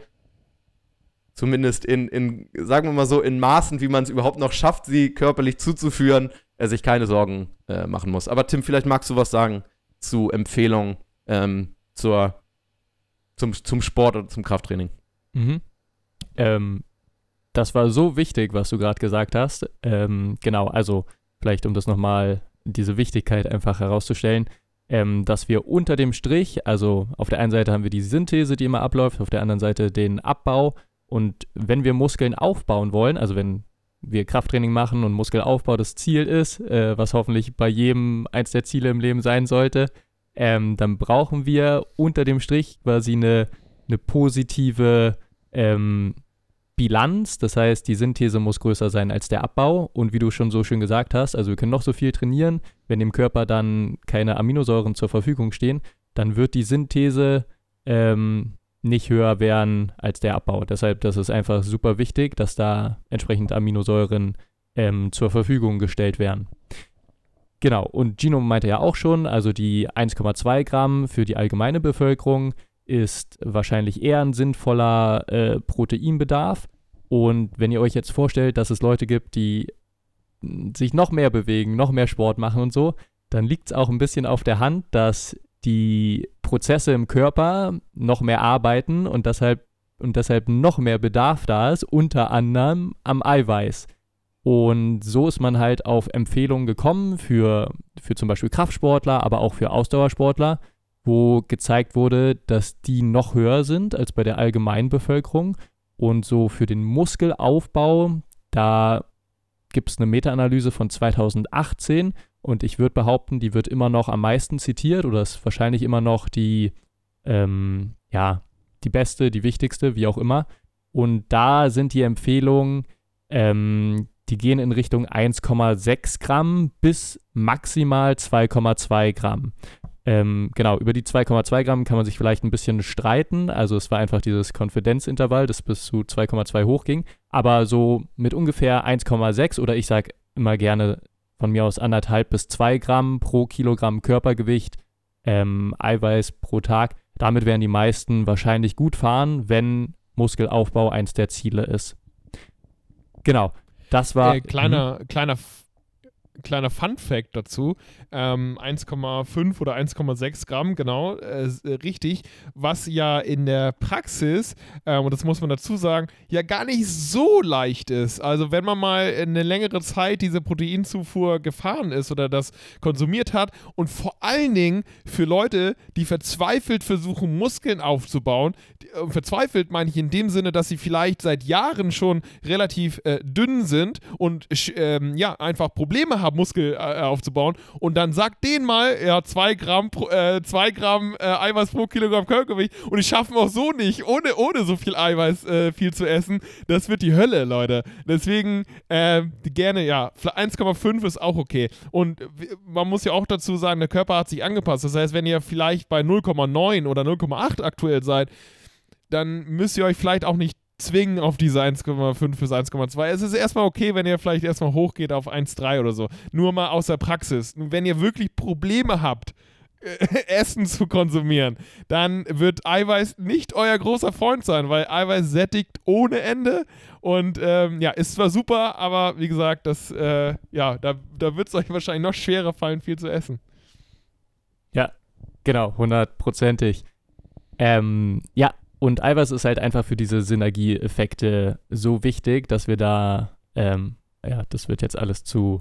zumindest in, in, sagen wir mal so, in Maßen, wie man es überhaupt noch schafft, sie körperlich zuzuführen, er sich keine Sorgen äh, machen muss. Aber Tim, vielleicht magst du was sagen zu Empfehlungen ähm, zur, zum, zum Sport oder zum Krafttraining. Mhm. Ähm, das war so wichtig, was du gerade gesagt hast. Ähm, genau, also vielleicht um das nochmal, diese Wichtigkeit einfach herauszustellen, ähm, dass wir unter dem Strich, also auf der einen Seite haben wir die Synthese, die immer abläuft, auf der anderen Seite den Abbau. Und wenn wir Muskeln aufbauen wollen, also wenn wir Krafttraining machen und Muskelaufbau das Ziel ist, äh, was hoffentlich bei jedem eins der Ziele im Leben sein sollte, ähm, dann brauchen wir unter dem Strich quasi eine, eine positive ähm, Bilanz. Das heißt, die Synthese muss größer sein als der Abbau. Und wie du schon so schön gesagt hast, also wir können noch so viel trainieren, wenn dem Körper dann keine Aminosäuren zur Verfügung stehen, dann wird die Synthese ähm, nicht höher werden als der Abbau. Deshalb, das ist einfach super wichtig, dass da entsprechend Aminosäuren ähm, zur Verfügung gestellt werden. Genau, und Gino meinte ja auch schon, also die eins Komma zwei Gramm für die allgemeine Bevölkerung ist wahrscheinlich eher ein sinnvoller äh, Proteinbedarf. Und wenn ihr euch jetzt vorstellt, dass es Leute gibt, die sich noch mehr bewegen, noch mehr Sport machen und so, dann liegt es auch ein bisschen auf der Hand, dass die Prozesse im Körper noch mehr arbeiten und deshalb, und deshalb noch mehr Bedarf da ist, unter anderem am Eiweiß. Und so ist man halt auf Empfehlungen gekommen für, für zum Beispiel Kraftsportler, aber auch für Ausdauersportler, wo gezeigt wurde, dass die noch höher sind als bei der allgemeinen Bevölkerung. Und so für den Muskelaufbau, da gibt es eine Meta-Analyse von zweitausendachtzehn und ich würde behaupten, die wird immer noch am meisten zitiert oder ist wahrscheinlich immer noch die, ähm, ja, die beste, die wichtigste, wie auch immer. Und da sind die Empfehlungen, ähm, die gehen in Richtung eins Komma sechs Gramm bis maximal zwei Komma zwei Gramm. Ähm, genau, über die zwei Komma zwei Gramm kann man sich vielleicht ein bisschen streiten. Also es war einfach dieses Konfidenzintervall, das bis zu zwei Komma zwei hochging. Aber so mit ungefähr eins Komma sechs oder ich sage immer gerne von mir aus anderthalb bis zwei Gramm pro Kilogramm Körpergewicht ähm, Eiweiß pro Tag. Damit werden die meisten wahrscheinlich gut fahren, wenn Muskelaufbau eins der Ziele ist. Genau, das war... Äh, kleiner, kleiner, kleiner Fun-Fact dazu, ähm, eins Komma fünf oder eins Komma sechs Gramm, genau, äh, richtig, was ja in der Praxis, ähm, und das muss man dazu sagen, ja gar nicht so leicht ist. Also wenn man mal eine längere Zeit diese Proteinzufuhr gefahren ist oder das konsumiert hat und vor allen Dingen für Leute, die verzweifelt versuchen, Muskeln aufzubauen, die, äh, verzweifelt meine ich in dem Sinne, dass sie vielleicht seit Jahren schon relativ äh, dünn sind und ähm, ja, einfach Probleme haben, Muskel äh, aufzubauen, und dann sagt denen mal, ja, zwei Gramm, pro, äh, zwei Gramm äh, Eiweiß pro Kilogramm Körpergewicht, und die schaffen auch so nicht, ohne, ohne so viel Eiweiß äh, viel zu essen. Das wird die Hölle, Leute. Deswegen äh, gerne, ja, eins Komma fünf ist auch okay. Und man muss ja auch dazu sagen, der Körper hat sich angepasst. Das heißt, wenn ihr vielleicht bei null Komma neun oder null Komma acht aktuell seid, dann müsst ihr euch vielleicht auch nicht zwingen auf diese eins Komma fünf bis eins Komma zwei. Es ist erstmal okay, wenn ihr vielleicht erstmal hochgeht auf eins Komma drei oder so. Nur mal aus der Praxis. Wenn ihr wirklich Probleme habt, Essen zu konsumieren, dann wird Eiweiß nicht euer großer Freund sein, weil Eiweiß sättigt ohne Ende und ähm, ja, ist zwar super, aber wie gesagt, das, äh, ja, da, da wird es euch wahrscheinlich noch schwerer fallen, viel zu essen. Ja, genau, hundertprozentig. Ähm, ja, und Eiweiß ist halt einfach für diese Synergieeffekte so wichtig, dass wir da, ähm, ja, das wird jetzt alles zu,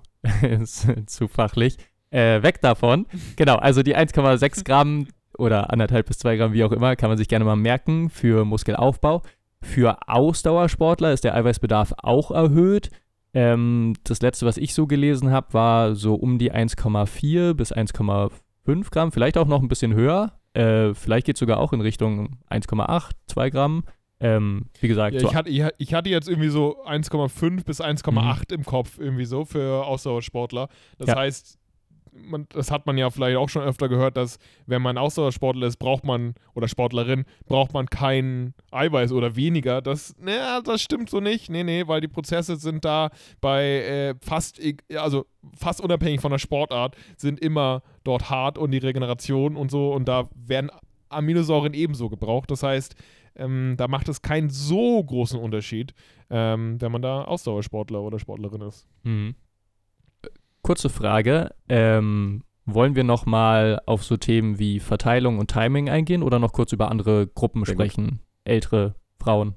zu fachlich, äh, weg davon. Genau, also die eins Komma sechs Gramm oder anderthalb bis zwei Gramm, wie auch immer, kann man sich gerne mal merken für Muskelaufbau. Für Ausdauersportler ist der Eiweißbedarf auch erhöht. Ähm, das letzte, was ich so gelesen habe, war so um die eins Komma vier bis eins Komma fünf Gramm, vielleicht auch noch ein bisschen höher. Äh, vielleicht geht es sogar auch in Richtung eins Komma acht, zwei Gramm. Ähm, wie gesagt, ja, so ich, hatte, ich, ich hatte jetzt irgendwie so eins Komma fünf bis eins Komma acht mhm. im Kopf irgendwie so für Ausdauersportler. Das ja. heißt, man, das hat man ja vielleicht auch schon öfter gehört, dass wenn man Ausdauersportler ist, braucht man, oder Sportlerin, braucht man kein Eiweiß oder weniger. Das, naja, das stimmt so nicht. Nee, nee, weil die Prozesse sind da bei äh, fast, also fast unabhängig von der Sportart, sind immer dort hart und die Regeneration und so, und da werden Aminosäuren ebenso gebraucht. Das heißt, ähm, da macht es keinen so großen Unterschied, ähm, wenn man da Ausdauersportler oder Sportlerin ist. Mhm. Kurze Frage, ähm, wollen wir nochmal auf so Themen wie Verteilung und Timing eingehen oder noch kurz über andere Gruppen Sehr sprechen? Gut. Ältere Frauen.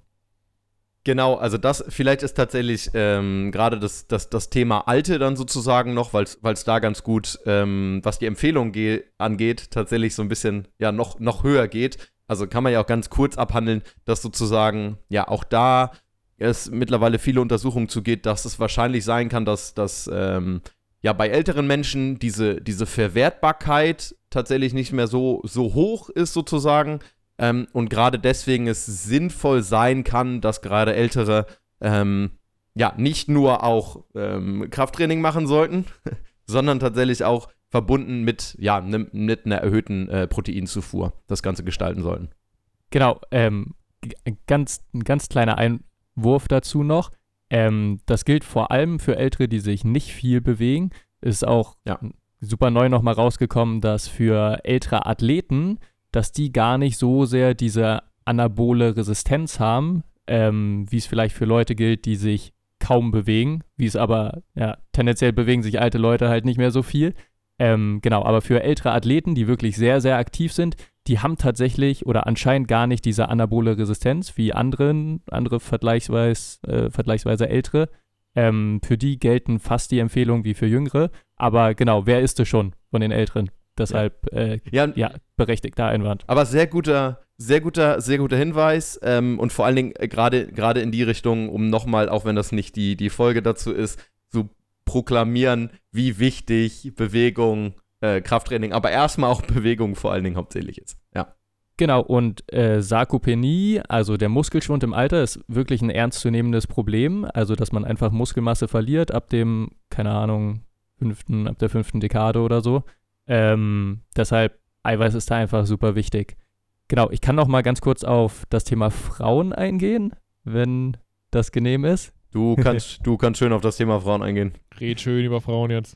Genau, also das vielleicht ist tatsächlich ähm, gerade das, das, das Thema Alte dann sozusagen noch, weil es da ganz gut, ähm, was die Empfehlung ge- angeht, tatsächlich so ein bisschen ja noch, noch höher geht. Also kann man ja auch ganz kurz abhandeln, dass sozusagen ja auch da es mittlerweile viele Untersuchungen zu geht, dass es wahrscheinlich sein kann, dass, dass ähm, ja bei älteren Menschen diese, diese Verwertbarkeit tatsächlich nicht mehr so, so hoch ist sozusagen. Ähm, und gerade deswegen es sinnvoll sein kann, dass gerade Ältere ähm, ja nicht nur auch ähm, Krafttraining machen sollten, sondern tatsächlich auch verbunden mit, ja, ne, mit einer erhöhten äh, Proteinzufuhr das Ganze gestalten sollten. Genau, ähm, g- ganz, ein ganz kleiner Einwurf dazu noch. Ähm, das gilt vor allem für Ältere, die sich nicht viel bewegen. Ist auch ja. super neu nochmal rausgekommen, dass für ältere Athleten, dass die gar nicht so sehr diese anabole Resistenz haben, ähm, wie es vielleicht für Leute gilt, die sich kaum bewegen, wie es aber, ja, tendenziell bewegen sich alte Leute halt nicht mehr so viel. Ähm, genau, aber für ältere Athleten, die wirklich sehr, sehr aktiv sind, die haben tatsächlich oder anscheinend gar nicht diese anabole Resistenz wie anderen, andere vergleichsweise, äh, vergleichsweise ältere. Ähm, für die gelten fast die Empfehlungen wie für Jüngere. Aber genau, wer ist es schon von den Älteren? Deshalb, ja, äh, ja, ja berechtigter Einwand. Aber sehr guter, sehr guter, sehr guter Hinweis ähm, und vor allen Dingen gerade gerade in die Richtung, um nochmal, auch wenn das nicht die, die Folge dazu ist, zu proklamieren, wie wichtig Bewegung, äh, Krafttraining, aber erstmal auch Bewegung vor allen Dingen hauptsächlich ist. Ja. Genau, und äh, Sarkopenie, also der Muskelschwund im Alter, ist wirklich ein ernstzunehmendes Problem. Also, dass man einfach Muskelmasse verliert ab dem, keine Ahnung, fünften, ab der fünften Dekade oder so. Ähm, deshalb, Eiweiß ist da einfach super wichtig. Genau, ich kann noch mal ganz kurz auf das Thema Frauen eingehen, wenn das genehm ist. Du kannst, du kannst schön auf das Thema Frauen eingehen. Red schön über Frauen jetzt.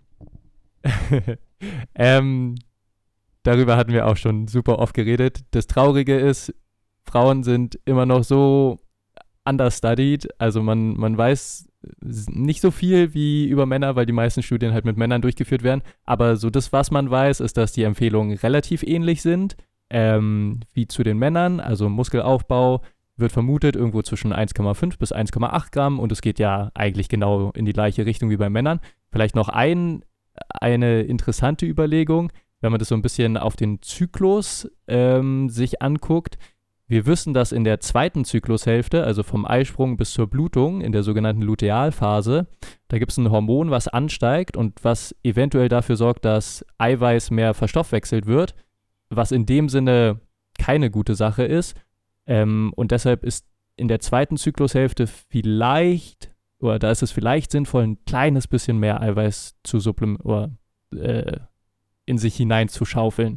ähm, darüber hatten wir auch schon super oft geredet. Das Traurige ist, Frauen sind immer noch so understudied. Also man, man weiß nicht so viel wie über Männer, weil die meisten Studien halt mit Männern durchgeführt werden. Aber so das, was man weiß, ist, dass die Empfehlungen relativ ähnlich sind ähm, wie zu den Männern. Also Muskelaufbau wird vermutet irgendwo zwischen eins Komma fünf bis eins Komma acht Gramm und es geht ja eigentlich genau in die gleiche Richtung wie bei Männern. Vielleicht noch ein, eine interessante Überlegung, wenn man das so ein bisschen auf den Zyklus ähm, sich anguckt. Wir wissen, dass in der zweiten Zyklushälfte, also vom Eisprung bis zur Blutung, in der sogenannten Lutealphase, da gibt es ein Hormon, was ansteigt und was eventuell dafür sorgt, dass Eiweiß mehr verstoffwechselt wird, was in dem Sinne keine gute Sache ist. Ähm, und deshalb ist in der zweiten Zyklushälfte vielleicht, oder da ist es vielleicht sinnvoll, ein kleines bisschen mehr Eiweiß zu supplementieren oder äh, in sich hinein zu schaufeln.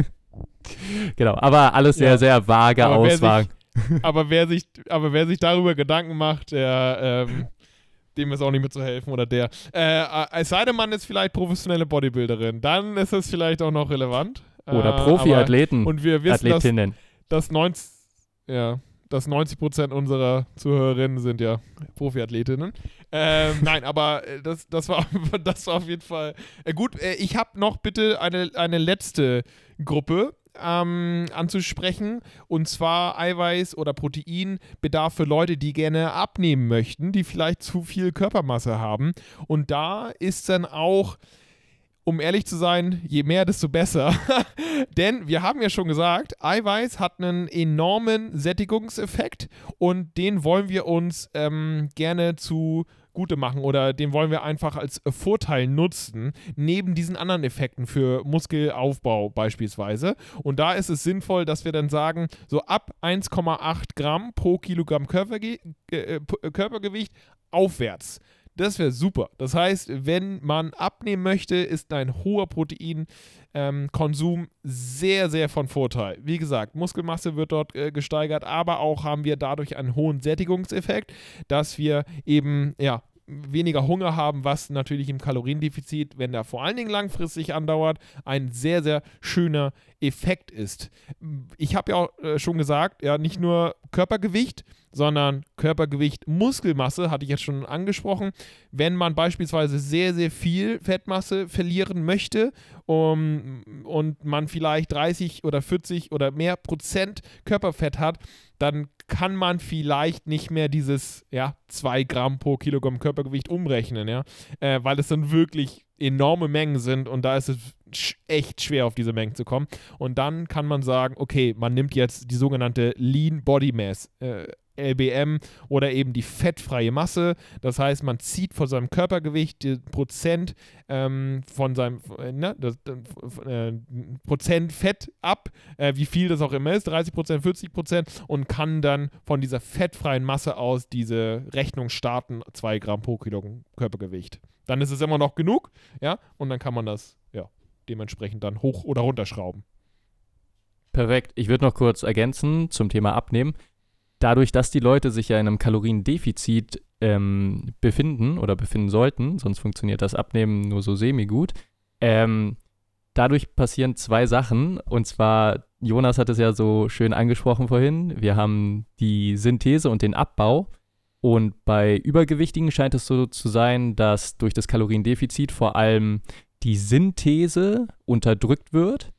Genau, aber alles sehr, ja. sehr vage aber Aussagen. Wer sich, aber, wer sich, aber wer sich darüber Gedanken macht, der, ähm, dem ist auch nicht mehr zu helfen oder der. Äh, es sei denn, man ist vielleicht professionelle Bodybuilderin, dann ist es vielleicht auch noch relevant. Oder äh, Profiathleten. Und wir wissen, Athletinnen. dass, dass neunzig, ja, dass neunzig Prozent unserer Zuhörerinnen sind ja Profiathletinnen. Ähm, nein, aber das, das, war, das war auf jeden Fall äh, gut. Äh, ich habe noch bitte eine, eine letzte Gruppe ähm, anzusprechen, und zwar Eiweiß- oder Proteinbedarf für Leute, die gerne abnehmen möchten, die vielleicht zu viel Körpermasse haben. Und da ist dann auch, um ehrlich zu sein, je mehr, desto besser. Denn wir haben ja schon gesagt, Eiweiß hat einen enormen Sättigungseffekt und den wollen wir uns ähm, gerne zugute machen oder den wollen wir einfach als Vorteil nutzen, neben diesen anderen Effekten für Muskelaufbau beispielsweise. Und da ist es sinnvoll, dass wir dann sagen, so ab eins Komma acht Gramm pro Kilogramm Körperge- äh, Körpergewicht aufwärts. Das wäre super. Das heißt, wenn man abnehmen möchte, ist ein hoher Proteinkonsum ähm, sehr, sehr von Vorteil. Wie gesagt, Muskelmasse wird dort äh, gesteigert, aber auch haben wir dadurch einen hohen Sättigungseffekt, dass wir eben, ja, weniger Hunger haben, was natürlich im Kaloriendefizit, wenn der vor allen Dingen langfristig andauert, ein sehr, sehr schöner Effekt ist. Ich habe ja auch äh, schon gesagt, ja, nicht nur Körpergewicht, sondern Körpergewicht, Muskelmasse, hatte ich jetzt schon angesprochen. Wenn man beispielsweise sehr, sehr viel Fettmasse verlieren möchte um, und man vielleicht dreißig oder vierzig oder mehr Prozent Körperfett hat, dann kann man vielleicht nicht mehr dieses ja, zwei Gramm pro Kilogramm Körpergewicht umrechnen, ja, äh, weil es dann wirklich enorme Mengen sind und da ist es echt schwer, auf diese Mengen zu kommen. Und dann kann man sagen, okay, man nimmt jetzt die sogenannte Lean Body Mass, äh, L B M, oder eben die fettfreie Masse. Das heißt, man zieht von seinem Körpergewicht die Prozent ähm, von seinem äh, ne, das, äh, Prozent Fett ab, äh, wie viel das auch immer ist, dreißig Prozent, vierzig Prozent, und kann dann von dieser fettfreien Masse aus diese Rechnung starten, zwei Gramm pro Kilogramm Körpergewicht. Dann ist es immer noch genug, ja, und dann kann man das, ja, dementsprechend dann hoch oder runterschrauben. Perfekt. Ich würde noch kurz ergänzen zum Thema Abnehmen. Dadurch, dass die Leute sich ja in einem Kaloriendefizit ähm, befinden oder befinden sollten, sonst funktioniert das Abnehmen nur so semi-gut, ähm, dadurch passieren zwei Sachen. Und zwar, Jonas hat es ja so schön angesprochen vorhin, wir haben die Synthese und den Abbau. Und bei Übergewichtigen scheint es so zu sein, dass durch das Kaloriendefizit vor allem die Synthese unterdrückt wird.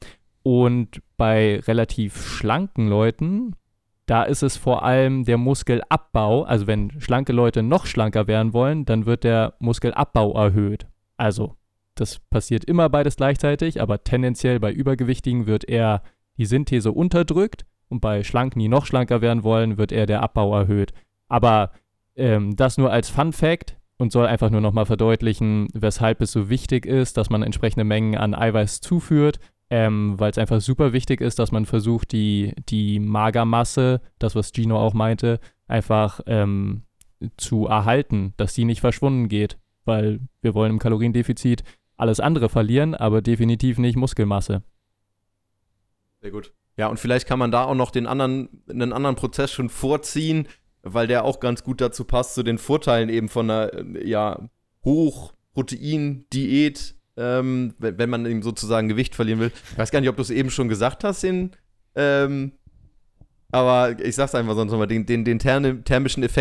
Und bei relativ schlanken Leuten, da ist es vor allem der Muskelabbau. Also wenn schlanke Leute noch schlanker werden wollen, dann wird der Muskelabbau erhöht. Also das passiert immer beides gleichzeitig, aber tendenziell bei Übergewichtigen wird eher die Synthese unterdrückt und bei Schlanken, die noch schlanker werden wollen, wird eher der Abbau erhöht. Aber ähm, das nur als Fun Fact und soll einfach nur nochmal verdeutlichen, weshalb es so wichtig ist, dass man entsprechende Mengen an Eiweiß zuführt, ähm, weil es einfach super wichtig ist, dass man versucht, die, die Magermasse, das was Gino auch meinte, einfach ähm, zu erhalten, dass sie nicht verschwunden geht, weil wir wollen im Kaloriendefizit alles andere verlieren, aber definitiv nicht Muskelmasse. Sehr gut. Ja, und vielleicht kann man da auch noch den anderen, einen anderen Prozess schon vorziehen, weil der auch ganz gut dazu passt, zu den Vorteilen eben von einer ja, Hochprotein-Diät, ähm, wenn, wenn man eben sozusagen Gewicht verlieren will. Ich weiß gar nicht, ob du es eben schon gesagt hast, den, ähm, aber ich sag's einfach sonst nochmal, den, den, den thermischen Effekt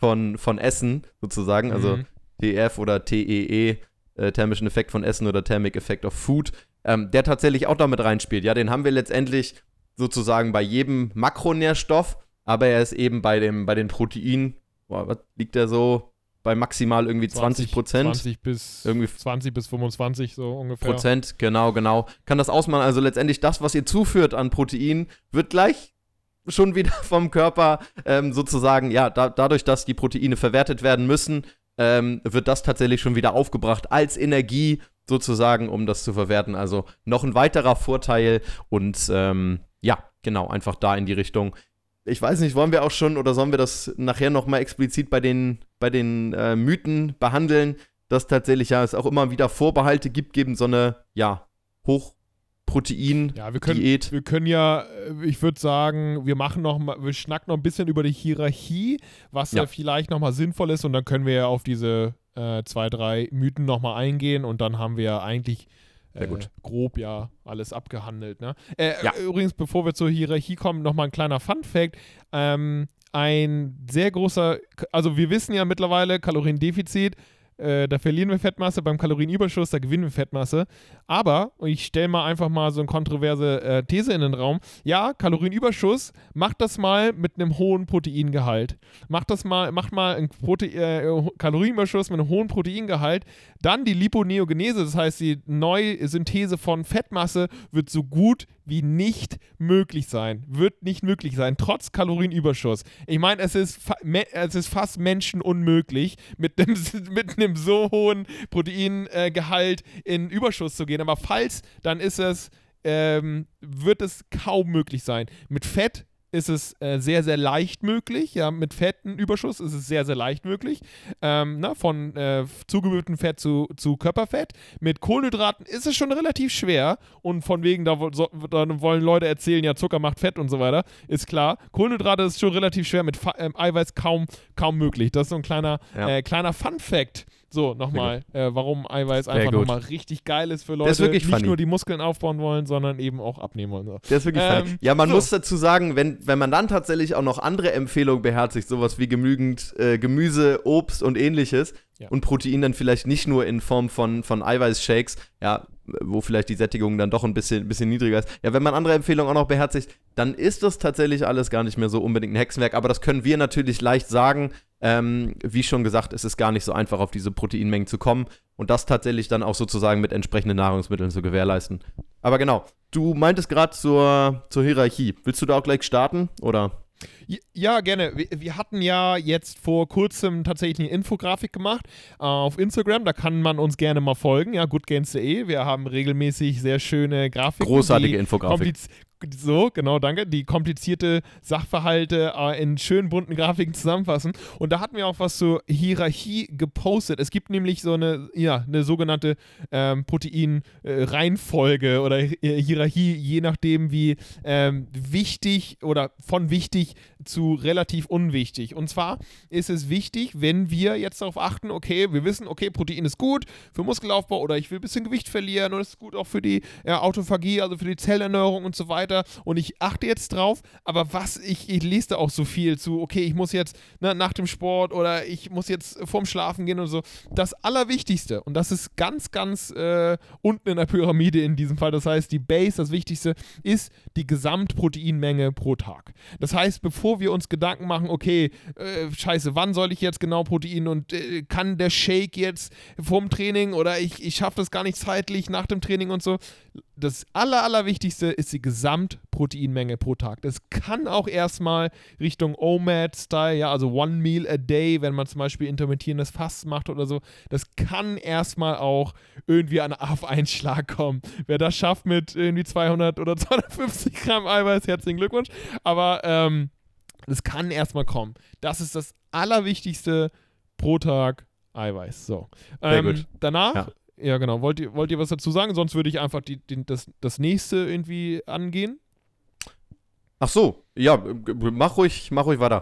von, von Essen sozusagen, also Mhm. T E F oder T E E, äh, thermischen Effekt von Essen oder Thermic Effect of Food, ähm, der tatsächlich auch damit reinspielt. Ja, den haben wir letztendlich sozusagen bei jedem Makronährstoff, aber er ist eben bei, dem, bei den Proteinen, boah, was liegt der so? Bei maximal irgendwie zwanzig Prozent. zwanzig bis, Irgendwie zwanzig bis fünfundzwanzig, so ungefähr. Prozent, genau, genau. Kann das ausmachen. Also letztendlich das, was ihr zuführt an Protein, wird gleich schon wieder vom Körper ähm, sozusagen, ja, da, dadurch, dass die Proteine verwertet werden müssen, ähm, wird das tatsächlich schon wieder aufgebracht als Energie sozusagen, um das zu verwerten. Also noch ein weiterer Vorteil und ähm, ja, genau, einfach da in die Richtung. Ich weiß nicht, wollen wir auch schon oder sollen wir das nachher nochmal explizit bei den, bei den äh, Mythen behandeln, dass tatsächlich ja es auch immer wieder Vorbehalte gibt gegen so eine, ja, Hochprotein-Diät. Ja, wir können, wir können ja, äh, ich würde sagen, wir machen noch mal, wir schnacken noch ein bisschen über die Hierarchie, was ja, Ja. vielleicht nochmal sinnvoll ist und dann können wir ja auf diese äh, zwei, drei Mythen nochmal eingehen und dann haben wir ja eigentlich Sehr gut. Äh, grob ja alles abgehandelt. Ne? Äh, Ja. Übrigens, bevor wir zur Hierarchie kommen, nochmal ein kleiner Fun-Fact. Ähm, ein sehr großer, also wir wissen ja mittlerweile, Kaloriendefizit, äh, da verlieren wir Fettmasse, beim Kalorienüberschuss, da gewinnen wir Fettmasse. Aber, und ich stelle mal einfach mal so eine kontroverse äh, These in den Raum, ja, Kalorienüberschuss, macht das mal mit einem hohen Proteingehalt. Macht das mal, macht mal einen Prote äh, Kalorienüberschuss mit einem hohen Proteingehalt, dann die Liponeogenese, das heißt die Neusynthese von Fettmasse wird so gut wie nicht möglich sein. Wird nicht möglich sein, trotz Kalorienüberschuss. Ich meine, es ist, es ist fast menschenunmöglich, mit einem, mit einem so hohen Proteingehalt in Überschuss zu gehen. Aber falls, dann ist es, ähm, wird es kaum möglich sein. Mit Fett ist es äh, sehr, sehr leicht möglich. Ja, mit Fettenüberschuss ist es sehr, sehr leicht möglich. Ähm, na, von äh, zugeführtem Fett zu, zu Körperfett. Mit Kohlenhydraten ist es schon relativ schwer. Und von wegen, da, so, da wollen Leute erzählen, ja, Zucker macht Fett und so weiter. Ist klar. Kohlenhydrate ist schon relativ schwer. Mit Fa ähm, Eiweiß kaum, kaum möglich. Das ist so ein kleiner, Ja. äh, kleiner Fun-Fact. So, nochmal, äh, warum Eiweiß Sehr einfach gut. nochmal richtig geil ist für Der ist Leute, wirklich nicht funny. nur die Muskeln aufbauen wollen, sondern eben auch abnehmen wollen. So. Der ist wirklich Ähm, funny. Ja, man so. muss dazu sagen, wenn, wenn man dann tatsächlich auch noch andere Empfehlungen beherzigt, sowas wie genügend äh, Gemüse, Obst und ähnliches Ja. und Protein dann vielleicht nicht nur in Form von, von Eiweißshakes, ja, wo vielleicht die Sättigung dann doch ein bisschen, bisschen niedriger ist. Ja, wenn man andere Empfehlungen auch noch beherzigt, dann ist das tatsächlich alles gar nicht mehr so unbedingt ein Hexenwerk, aber das können wir natürlich leicht sagen. Ähm, wie schon gesagt, es ist gar nicht so einfach, auf diese Proteinmengen zu kommen und das tatsächlich dann auch sozusagen mit entsprechenden Nahrungsmitteln zu gewährleisten. Aber genau, du meintest gerade zur, zur Hierarchie. Willst du da auch gleich starten, oder? Ja, gerne. Wir, wir hatten ja jetzt vor kurzem tatsächlich eine Infografik gemacht äh, auf Instagram. Da kann man uns gerne mal folgen. Ja, goodgains punkt de. Wir haben regelmäßig sehr schöne Grafiken. Großartige die Infografik. kompliz- So, genau, danke. Die komplizierte Sachverhalte äh, in schönen bunten Grafiken zusammenfassen. Und da hatten wir auch was zur Hierarchie gepostet. Es gibt nämlich so eine, ja, eine sogenannte ähm, Protein-Reihenfolge äh, oder Hi- Hierarchie, je nachdem, wie ähm, wichtig oder von wichtig zu relativ unwichtig. Und zwar ist es wichtig, wenn wir jetzt darauf achten, okay, wir wissen, okay, Protein ist gut für Muskelaufbau oder ich will ein bisschen Gewicht verlieren und es ist gut auch für die ja, Autophagie, also für die Zellerneuerung und so weiter. Und ich achte jetzt drauf, aber was, ich, ich lese da auch so viel zu, okay, ich muss jetzt ne, nach dem Sport oder ich muss jetzt vorm Schlafen gehen und so. Das Allerwichtigste, und das ist ganz, ganz äh, unten in der Pyramide in diesem Fall, das heißt, die Base, das Wichtigste, ist die Gesamtproteinmenge pro Tag. Das heißt, bevor wir uns Gedanken machen, okay, äh, scheiße, wann soll ich jetzt genau Protein und äh, kann der Shake jetzt vorm Training oder ich, ich schaffe das gar nicht zeitlich nach dem Training und so. Das Aller, Allerwichtigste ist die Gesamtproteinmenge pro Tag. Das kann auch erstmal Richtung O M A D-Style, ja, also One Meal a Day, wenn man zum Beispiel intermittierendes Fasten macht oder so. Das kann erstmal auch irgendwie an, auf einen Schlag kommen. Wer das schafft mit irgendwie zweihundert oder zweihundertfünfzig Gramm Eiweiß, herzlichen Glückwunsch. Aber ähm, das kann erstmal kommen. Das ist das Allerwichtigste pro Tag Eiweiß. So. Sehr Ähm, gut. Danach, Ja. ja genau, wollt ihr, wollt ihr was dazu sagen? Sonst würde ich einfach die, die, das, das nächste irgendwie angehen. Ach so, ja, g- g- mach ruhig, mach ruhig weiter.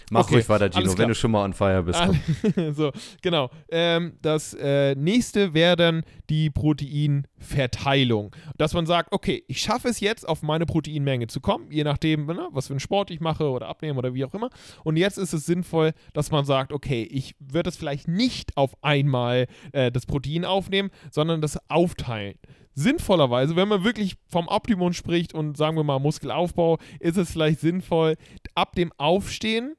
Mach Okay, ruhig weiter, alles Gino, klar. wenn du schon mal on fire bist. Ah, Komm. so, genau. Ähm, das äh, nächste wäre dann die Proteinverteilung. Dass man sagt, okay, ich schaffe es jetzt, auf meine Proteinmenge zu kommen, je nachdem, ne, was für einen Sport ich mache oder abnehme oder wie auch immer. Und jetzt ist es sinnvoll, dass man sagt, okay, ich würde es vielleicht nicht auf einmal äh, das Protein aufnehmen, sondern das aufteilen. Sinnvollerweise, wenn man wirklich vom Optimum spricht und sagen wir mal Muskelaufbau, ist es vielleicht sinnvoll, ab dem Aufstehen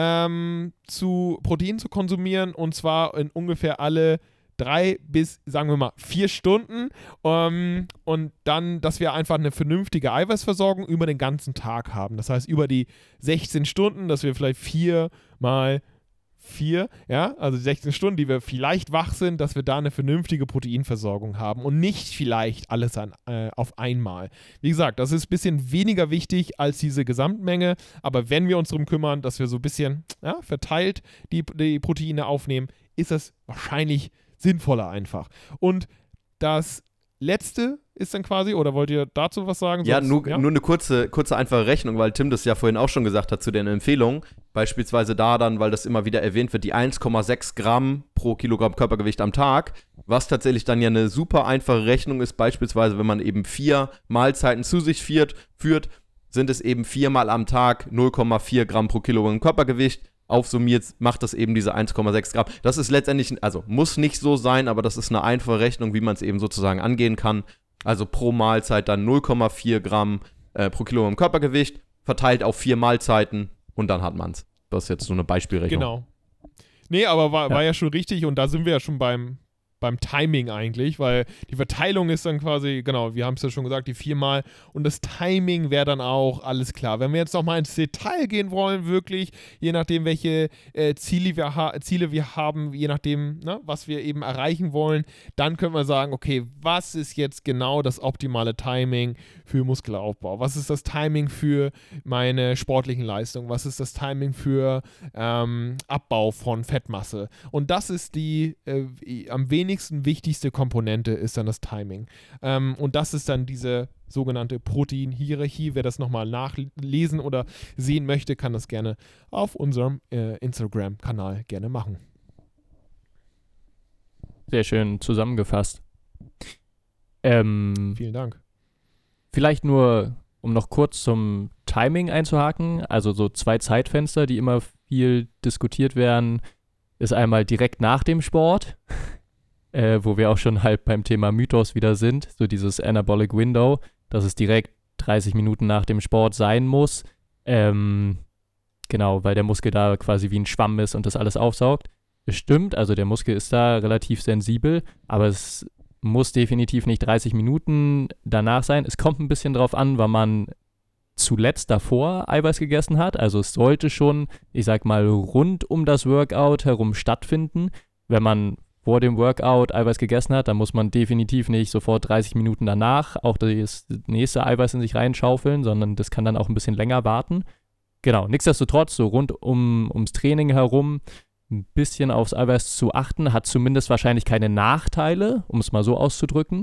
ähm, zu Protein zu konsumieren, und zwar in ungefähr alle drei bis, sagen wir mal, vier Stunden ähm, und dann, dass wir einfach eine vernünftige Eiweißversorgung über den ganzen Tag haben. Das heißt, über die sechzehn Stunden, dass wir vielleicht vier mal vier, ja, also sechzehn Stunden, die wir vielleicht wach sind, dass wir da eine vernünftige Proteinversorgung haben und nicht vielleicht alles an, äh, auf einmal. Wie gesagt, das ist ein bisschen weniger wichtig als diese Gesamtmenge, aber wenn wir uns darum kümmern, dass wir so ein bisschen ja, verteilt die, die Proteine aufnehmen, ist das wahrscheinlich sinnvoller einfach. Und das letzte ist dann quasi, oder wollt ihr dazu was sagen? Ja, Sonst, nur, ja? nur eine kurze, kurze, einfache Rechnung, weil Tim das ja vorhin auch schon gesagt hat zu den Empfehlungen. Beispielsweise da dann, weil das immer wieder erwähnt wird, die eins Komma sechs Gramm pro Kilogramm Körpergewicht am Tag, was tatsächlich dann ja eine super einfache Rechnung ist. Beispielsweise, wenn man eben vier Mahlzeiten zu sich führt, führt sind es eben viermal am Tag null Komma vier Gramm pro Kilogramm Körpergewicht. Aufsummiert macht das eben diese eins Komma sechs Gramm. Das ist letztendlich, also muss nicht so sein, aber das ist eine einfache Rechnung, wie man es eben sozusagen angehen kann. Also pro Mahlzeit dann null Komma vier Gramm äh, pro Kilogramm Körpergewicht, verteilt auf vier Mahlzeiten und dann hat man es. Das ist jetzt so eine Beispielrechnung. Genau. Nee, aber war Ja. war ja schon richtig, und da sind wir ja schon beim, beim Timing eigentlich, weil die Verteilung ist dann quasi, genau, wir haben es ja schon gesagt, die viermal, und das Timing wäre dann auch alles klar. Wenn wir jetzt nochmal ins Detail gehen wollen, wirklich, je nachdem, welche äh, Ziele, wir ha- Ziele wir haben, je nachdem, ne, was wir eben erreichen wollen, dann können wir sagen, okay, was ist jetzt genau das optimale Timing für Muskelaufbau? Was ist das Timing für meine sportlichen Leistungen? Was ist das Timing für ähm, Abbau von Fettmasse? Und das ist die äh, am wenigsten wichtigste Komponente, ist dann das Timing. Ähm, und das ist dann diese sogenannte Proteinhierarchie. Wer das nochmal nachlesen oder sehen möchte, kann das gerne auf unserem äh, Instagram-Kanal gerne machen. Sehr schön zusammengefasst. Ähm, Vielen Dank. Vielleicht nur, um noch kurz zum Timing einzuhaken, also so zwei Zeitfenster, die immer viel diskutiert werden, ist einmal direkt nach dem Sport, äh, wo wir auch schon halb beim Thema Mythos wieder sind, so dieses Anabolic Window, dass es direkt dreißig Minuten nach dem Sport sein muss, ähm, genau, weil der Muskel da quasi wie ein Schwamm ist und das alles aufsaugt. Es stimmt, also der Muskel ist da relativ sensibel, aber es muss definitiv nicht dreißig Minuten danach sein. Es kommt ein bisschen drauf an, wann man zuletzt davor Eiweiß gegessen hat. Also es sollte schon, ich sag mal, rund um das Workout herum stattfinden. Wenn man vor dem Workout Eiweiß gegessen hat, dann muss man definitiv nicht sofort dreißig Minuten danach auch das nächste Eiweiß in sich reinschaufeln, sondern das kann dann auch ein bisschen länger warten. Genau, nichtsdestotrotz, so rund um, ums Training herum ein bisschen aufs Eiweiß zu achten, hat zumindest wahrscheinlich keine Nachteile, um es mal so auszudrücken.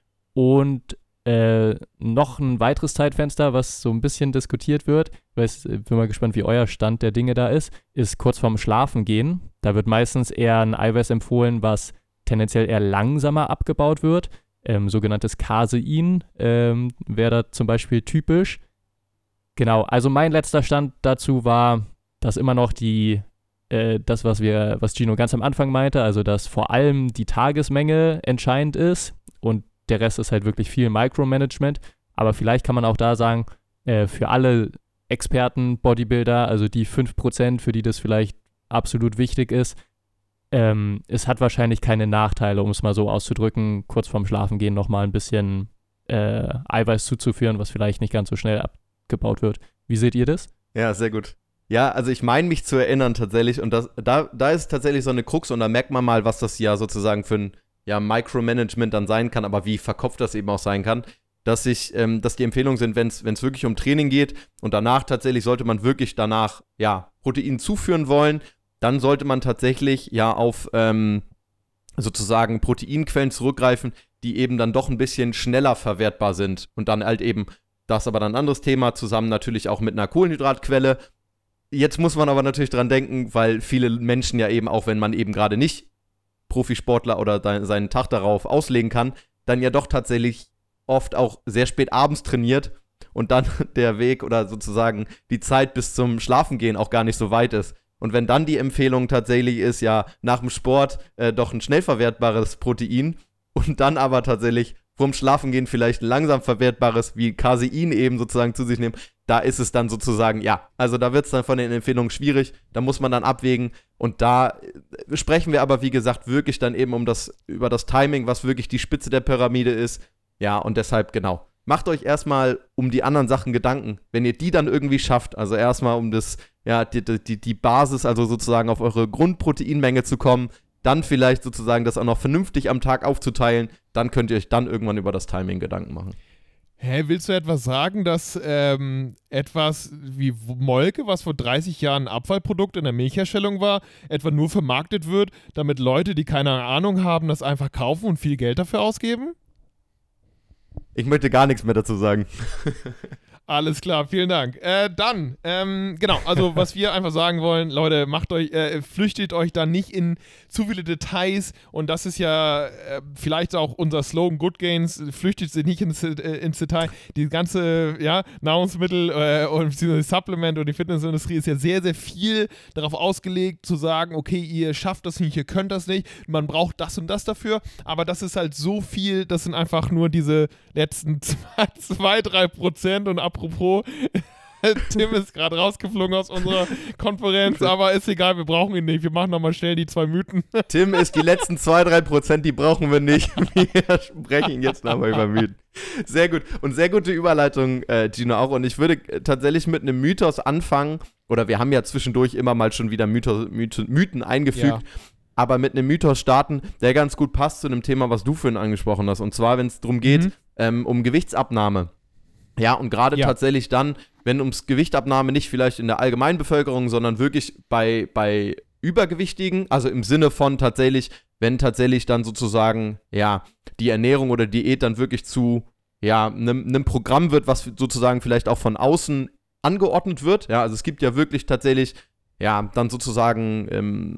Und äh, noch ein weiteres Zeitfenster, was so ein bisschen diskutiert wird, ich weiß, bin mal gespannt, wie euer Stand der Dinge da ist, ist kurz vorm Schlafengehen. Da wird meistens eher ein Eiweiß empfohlen, was tendenziell eher langsamer abgebaut wird. Ähm, sogenanntes Casein ähm, wäre da zum Beispiel typisch. Genau, also mein letzter Stand dazu war, dass immer noch die das, was wir, was Gino ganz am Anfang meinte, also dass vor allem die Tagesmenge entscheidend ist und der Rest ist halt wirklich viel Micromanagement. Aber vielleicht kann man auch da sagen, äh, für alle Experten, Bodybuilder, also die fünf Prozent, für die das vielleicht absolut wichtig ist, ähm, es hat wahrscheinlich keine Nachteile, um es mal so auszudrücken, kurz vorm Schlafengehen nochmal ein bisschen äh, Eiweiß zuzuführen, was vielleicht nicht ganz so schnell abgebaut wird. Wie seht ihr das? Ja, sehr gut. Ja, also ich meine mich zu erinnern tatsächlich, und das, da, da ist tatsächlich so eine Krux, und da merkt man mal, was das ja sozusagen für ein ja, Micromanagement dann sein kann, aber wie verkopft das eben auch sein kann, dass ich, ähm, dass die Empfehlungen sind, wenn es wirklich um Training geht und danach tatsächlich sollte man wirklich danach, ja, Protein zuführen wollen, dann sollte man tatsächlich ja auf ähm, sozusagen Proteinquellen zurückgreifen, die eben dann doch ein bisschen schneller verwertbar sind und dann halt eben, das ist aber dann ein anderes Thema, zusammen natürlich auch mit einer Kohlenhydratquelle. jetzt muss man aber natürlich dran denken, weil viele Menschen ja eben, auch wenn man eben gerade nicht Profisportler oder de- seinen Tag darauf auslegen kann, dann ja doch tatsächlich oft auch sehr spät abends trainiert und dann der Weg oder sozusagen die Zeit bis zum Schlafengehen auch gar nicht so weit ist. Und wenn dann die Empfehlung tatsächlich ist, ja, nach dem Sport äh, doch ein schnell verwertbares Protein und dann aber tatsächlich vorm Schlafengehen vielleicht ein langsam verwertbares wie Casein eben sozusagen zu sich nehmen, da ist es dann sozusagen, ja, also da wird es dann von den Empfehlungen schwierig, da muss man dann abwägen und da sprechen wir aber, wie gesagt, wirklich dann eben um das, über das Timing, was wirklich die Spitze der Pyramide ist, ja, und deshalb, genau, macht euch erstmal um die anderen Sachen Gedanken, wenn ihr die dann irgendwie schafft, also erstmal um das, ja, die, die, die Basis, also sozusagen auf eure Grundproteinmenge zu kommen, dann vielleicht sozusagen das auch noch vernünftig am Tag aufzuteilen, dann könnt ihr euch dann irgendwann über das Timing Gedanken machen. Hä, willst du etwas sagen, dass ähm, etwas wie Molke, was vor dreißig Jahren ein Abfallprodukt in der Milchherstellung war, etwa nur vermarktet wird, damit Leute, die keine Ahnung haben, das einfach kaufen und viel Geld dafür ausgeben? Ich möchte gar nichts mehr dazu sagen. Alles klar, vielen Dank. Äh, dann, ähm, genau, also was wir einfach sagen wollen, Leute, macht euch, äh, flüchtet euch da nicht in zu viele Details und das ist ja äh, vielleicht auch unser Slogan Good Gains, flüchtet sich nicht ins, äh, ins Detail. Die ganze, ja, Nahrungsmittel äh, und die Supplement und die Fitnessindustrie ist ja sehr, sehr viel darauf ausgelegt, zu sagen, okay, ihr schafft das nicht, ihr könnt das nicht, man braucht das und das dafür, aber das ist halt so viel, das sind einfach nur diese letzten zwei, drei Prozent und apropos, Tim ist gerade rausgeflogen aus unserer Konferenz, aber ist egal, wir brauchen ihn nicht. Wir machen nochmal schnell die zwei Mythen. Tim ist die letzten zwei, drei Prozent, die brauchen wir nicht. Wir sprechen jetzt nochmal über Mythen. Sehr gut. Und sehr gute Überleitung, äh, Gino, auch. Und ich würde tatsächlich mit einem Mythos anfangen, oder wir haben ja zwischendurch immer mal schon wieder Mythos, Mythen, Mythen eingefügt, ja. Aber mit einem Mythos starten, der ganz gut passt zu einem Thema, was du vorhin angesprochen hast. Und zwar, wenn es darum geht, mhm. ähm, um Gewichtsabnahme. Ja, und gerade ja. tatsächlich dann, wenn ums Gewichtabnahme nicht vielleicht in der Allgemeinbevölkerung, sondern wirklich bei, bei Übergewichtigen, also im Sinne von tatsächlich, wenn tatsächlich dann sozusagen, ja, die Ernährung oder Diät dann wirklich zu, ja, einem Programm wird, was sozusagen vielleicht auch von außen angeordnet wird. Ja, also es gibt ja wirklich tatsächlich, ja, dann sozusagen ähm,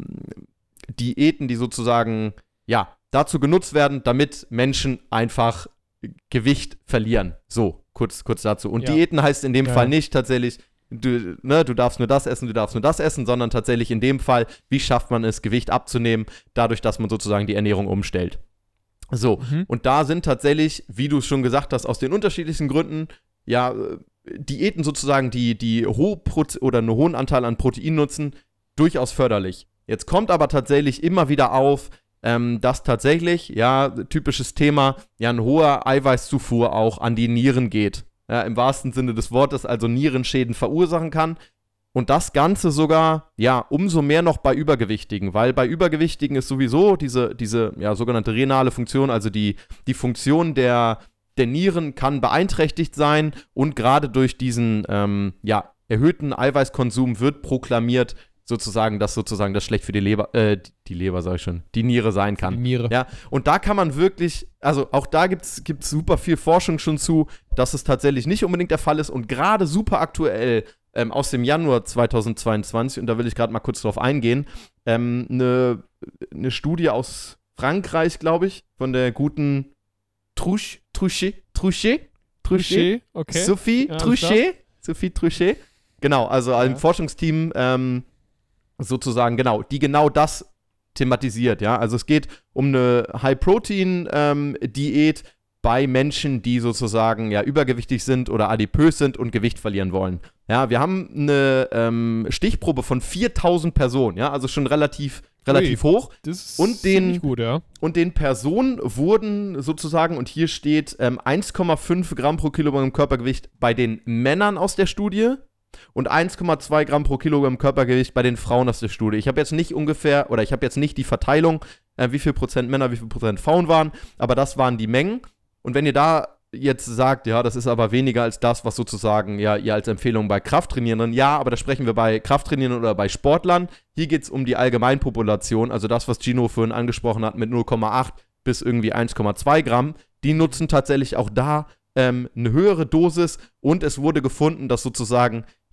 Diäten, die sozusagen, ja, dazu genutzt werden, damit Menschen einfach Gewicht verlieren. So, kurz, kurz dazu. Und ja. Diäten heißt in dem ja. Fall nicht tatsächlich, du, ne, du darfst nur das essen, du darfst nur das essen, sondern tatsächlich in dem Fall, wie schafft man es, Gewicht abzunehmen, dadurch, dass man sozusagen die Ernährung umstellt. So, mhm. und da sind tatsächlich, wie du es schon gesagt hast, aus den unterschiedlichsten Gründen, ja, Diäten sozusagen, die, die hohe Prote- oder einen hohen Anteil an Protein nutzen, durchaus förderlich. Jetzt kommt aber tatsächlich immer wieder auf, ähm, dass tatsächlich, ja, typisches Thema, ja, ein hoher Eiweißzufuhr auch an die Nieren geht. Ja, im wahrsten Sinne des Wortes, also Nierenschäden verursachen kann. Und das Ganze sogar, ja, umso mehr noch bei Übergewichtigen, weil bei Übergewichtigen ist sowieso diese, diese ja, sogenannte renale Funktion, also die, die Funktion der, der Nieren kann beeinträchtigt sein und gerade durch diesen, ähm, ja, erhöhten Eiweißkonsum wird proklamiert, sozusagen, dass sozusagen das schlecht für die Leber, äh, die Leber, sag ich schon, die Niere sein kann. Die Niere. Ja, und da kann man wirklich, also auch da gibt's, gibt's super viel Forschung schon zu, dass es tatsächlich nicht unbedingt der Fall ist und gerade super aktuell ähm, aus dem Januar zweitausendzweiundzwanzig, und da will ich gerade mal kurz drauf eingehen, ähm, eine, eine Studie aus Frankreich, glaube ich, von der guten Trouche, Trouche, Trouche, Trouche, okay. Sophie ja, Trouche, Sophie Trouche, genau, also ja. ein Forschungsteam, ähm, sozusagen, genau, die genau das thematisiert, ja, also es geht um eine High-Protein-Diät ähm, bei Menschen, die sozusagen, ja, übergewichtig sind oder adipös sind und Gewicht verlieren wollen. Ja, wir haben eine ähm, Stichprobe von viertausend Personen, ja, also schon relativ, relativ Ui, hoch. Das ist und den, ziemlich gut, ja. Und den Personen wurden sozusagen, und hier steht ähm, eins Komma fünf Gramm pro Kilogramm Körpergewicht bei den Männern aus der Studie und eins Komma zwei Gramm pro Kilogramm Körpergewicht bei den Frauen aus der Studie. Ich habe jetzt nicht ungefähr, oder ich habe jetzt nicht die Verteilung, äh, wie viel Prozent Männer, wie viel Prozent Frauen waren, aber das waren die Mengen. Und wenn ihr da jetzt sagt, ja, das ist aber weniger als das, was sozusagen, ja, ihr als Empfehlung bei Krafttrainierenden, ja, aber da sprechen wir bei Krafttrainierenden oder bei Sportlern. Hier geht es um die Allgemeinpopulation, also das, was Gino vorhin angesprochen hat, mit null Komma acht bis irgendwie eins Komma zwei Gramm. Die nutzen tatsächlich auch da ähm, eine höhere Dosis und es wurde gefunden, dass sozusagen,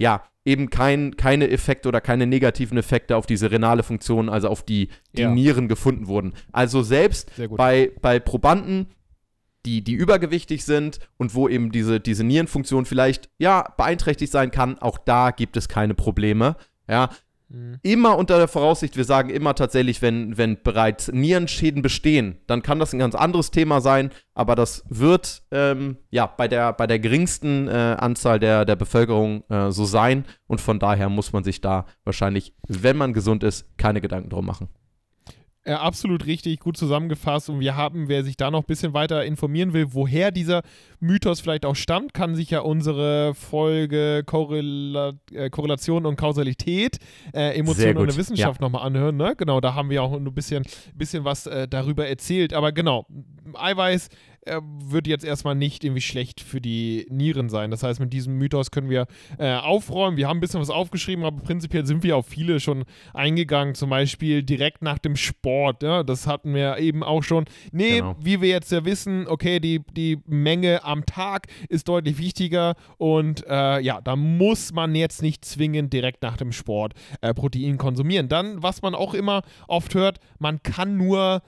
ja, eben kein, keine Effekte oder keine negativen Effekte auf diese renale Funktion, also auf die, die Ja. Nieren gefunden wurden. Also selbst Sehr gut. bei, bei Probanden, die, die übergewichtig sind und wo eben diese, diese Nierenfunktion vielleicht, ja, beeinträchtigt sein kann, auch da gibt es keine Probleme, ja. Mhm. Immer unter der Voraussicht, wir sagen immer tatsächlich, wenn, wenn bereits Nierenschäden bestehen, dann kann das ein ganz anderes Thema sein, aber das wird ähm, ja bei der, bei der geringsten äh, Anzahl der, der Bevölkerung äh, so sein und von daher muss man sich da wahrscheinlich, wenn man gesund ist, keine Gedanken drum machen. Ja, absolut richtig, gut zusammengefasst. Und wir haben, wer sich da noch ein bisschen weiter informieren will, woher dieser Mythos vielleicht auch stammt, kann sich ja unsere Folge Korrela äh, Korrelation und Kausalität, äh, Emotionen und gut, Wissenschaft nochmal anhören. Ne? Genau, da haben wir auch ein bisschen, bisschen was äh, darüber erzählt. Aber genau, Eiweiß äh, wird jetzt erstmal nicht irgendwie schlecht für die Nieren sein. Das heißt, mit diesem Mythos können wir äh, aufräumen. Wir haben ein bisschen was aufgeschrieben, aber prinzipiell sind wir auf viele schon eingegangen. Zum Beispiel direkt nach dem Sport. Ja? Das hatten wir eben auch schon. Nee, Genau. wie wir jetzt ja wissen, okay, die, die Menge am Tag ist deutlich wichtiger und äh, ja, da muss man jetzt nicht zwingend direkt nach dem Sport äh, Protein konsumieren. Dann, was man auch immer oft hört, man kann nur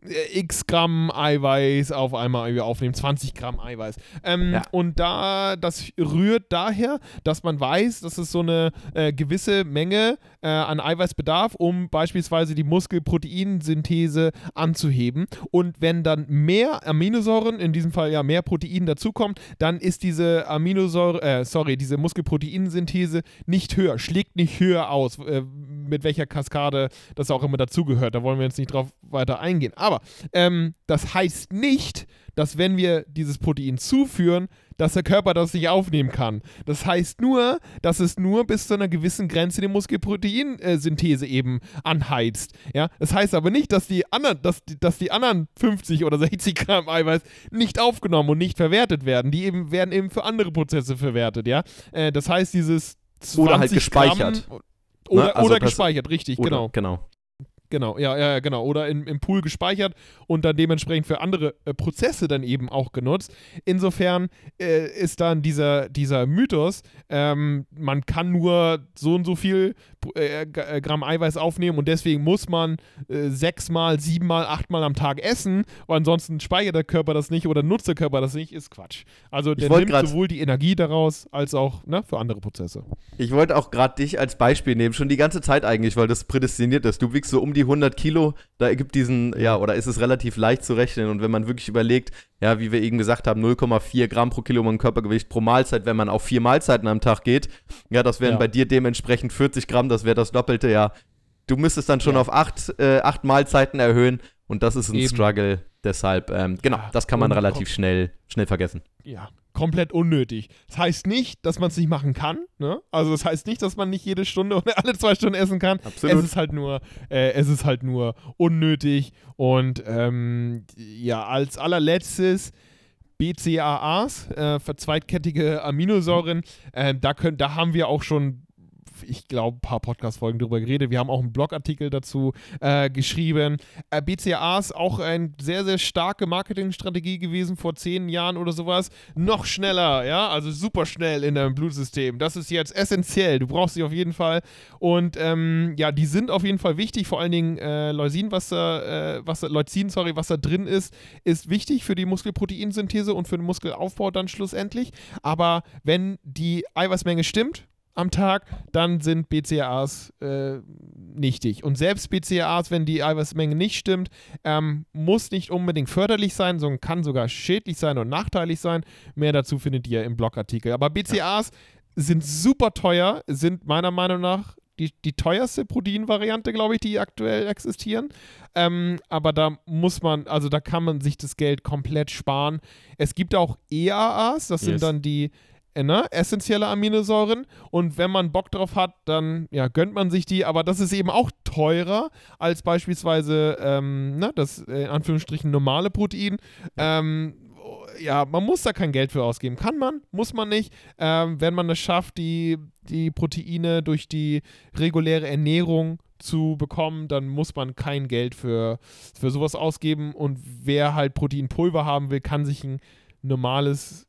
x Gramm Eiweiß auf einmal irgendwie aufnehmen, zwanzig Gramm Eiweiß. Ähm, Ja. Und da, das rührt daher, dass man weiß, dass es so eine äh, gewisse Menge äh, an Eiweiß bedarf, um beispielsweise die Muskelproteinsynthese anzuheben. Und wenn dann mehr Aminosäuren, in diesem Fall ja mehr Protein dazukommt, dann ist diese Aminosäure, äh, sorry, diese Muskelproteinsynthese nicht höher, schlägt nicht höher aus, äh, mit welcher Kaskade das auch immer dazugehört. Da wollen wir jetzt nicht drauf weiter eingehen. Aber ähm, das heißt nicht, dass wenn wir dieses Protein zuführen, dass der Körper das nicht aufnehmen kann. Das heißt nur, dass es nur bis zu einer gewissen Grenze die Muskelproteinsynthese eben anheizt. Ja? Das heißt aber nicht, dass die anderen, dass die, dass die anderen fünfzig oder sechzig Gramm Eiweiß nicht aufgenommen und nicht verwertet werden. Die eben werden eben für andere Prozesse verwertet. Ja? Äh, das heißt, dieses zwanzig Oder halt gespeichert. Gramm, oder, Ne? Also oder das- gespeichert, richtig, Oder, genau. genau. Genau, ja, ja, ja, genau. Oder in, im Pool gespeichert und dann dementsprechend für andere äh, Prozesse dann eben auch genutzt. Insofern äh, ist dann dieser, dieser Mythos, ähm, man kann nur so und so viel äh, G- äh, Gramm Eiweiß aufnehmen und deswegen muss man äh, sechsmal, siebenmal, achtmal am Tag essen, weil ansonsten speichert der Körper das nicht oder nutzt der Körper das nicht, ist Quatsch. Also der wollt nimmt grad- sowohl die Energie daraus als auch ne, für andere Prozesse. Ich wollte auch gerade dich als Beispiel nehmen, schon die ganze Zeit eigentlich, weil das prädestiniert ist. Du wiegst so um die hundert Kilo, da ergibt diesen, ja, oder ist es relativ leicht zu rechnen. Und wenn man wirklich überlegt, ja, wie wir eben gesagt haben, null Komma vier Gramm pro Kilogramm Körpergewicht pro Mahlzeit, wenn man auf vier Mahlzeiten am Tag geht, ja, das wären Ja. bei dir dementsprechend vierzig Gramm, das wäre das Doppelte, ja. Du müsstest dann schon Ja. auf acht, äh, acht Mahlzeiten erhöhen und das ist ein Eben. Struggle. Deshalb, ähm, genau, Ja, das kann man und- relativ schnell, schnell vergessen. Ja, komplett unnötig. Das heißt nicht, dass man es nicht machen kann. Ne? Also das heißt nicht, dass man nicht jede Stunde oder alle zwei Stunden essen kann. Absolut. Es ist halt nur, äh, es ist halt nur unnötig. Und ähm, ja, als allerletztes B C A As, äh, verzweitkettige Aminosäuren. Äh, da, können, da haben wir auch schon, ich glaube, ein paar Podcast-Folgen drüber geredet. Wir haben auch einen Blogartikel dazu äh, geschrieben. Äh, B C A As auch eine sehr, sehr starke Marketingstrategie gewesen vor zehn Jahren oder sowas. Noch schneller, ja, also super schnell in deinem Blutsystem. Das ist jetzt essentiell. Du brauchst sie auf jeden Fall. Und ähm, ja, die sind auf jeden Fall wichtig. Vor allen Dingen äh, Leucin, was da, äh, was da, Leucin, sorry, was da drin ist, ist wichtig für die Muskelproteinsynthese und für den Muskelaufbau dann schlussendlich. Aber wenn die Eiweißmenge stimmt, am Tag, dann sind B C A As äh, nichtig. Und selbst B C A As, wenn die Eiweißmenge nicht stimmt, ähm, muss nicht unbedingt förderlich sein, sondern kann sogar schädlich sein und nachteilig sein. Mehr dazu findet ihr im Blogartikel. Aber B C A As sind super teuer, sind meiner Meinung nach die, die teuerste Proteinvariante, glaube ich, die aktuell existieren. Ähm, aber da muss man, also da kann man sich das Geld komplett sparen. Es gibt auch E A As, das sind Yes. dann die Ne, essentielle Aminosäuren und wenn man Bock drauf hat, dann ja, gönnt man sich die, aber das ist eben auch teurer als beispielsweise ähm, ne, das äh, in Anführungsstrichen normale Protein. Ähm, ja, man muss da kein Geld für ausgeben. Kann man, muss man nicht. Ähm, wenn man es schafft, die, die Proteine durch die reguläre Ernährung zu bekommen, dann muss man kein Geld für, für sowas ausgeben und wer halt Proteinpulver haben will, kann sich ein normales, ja,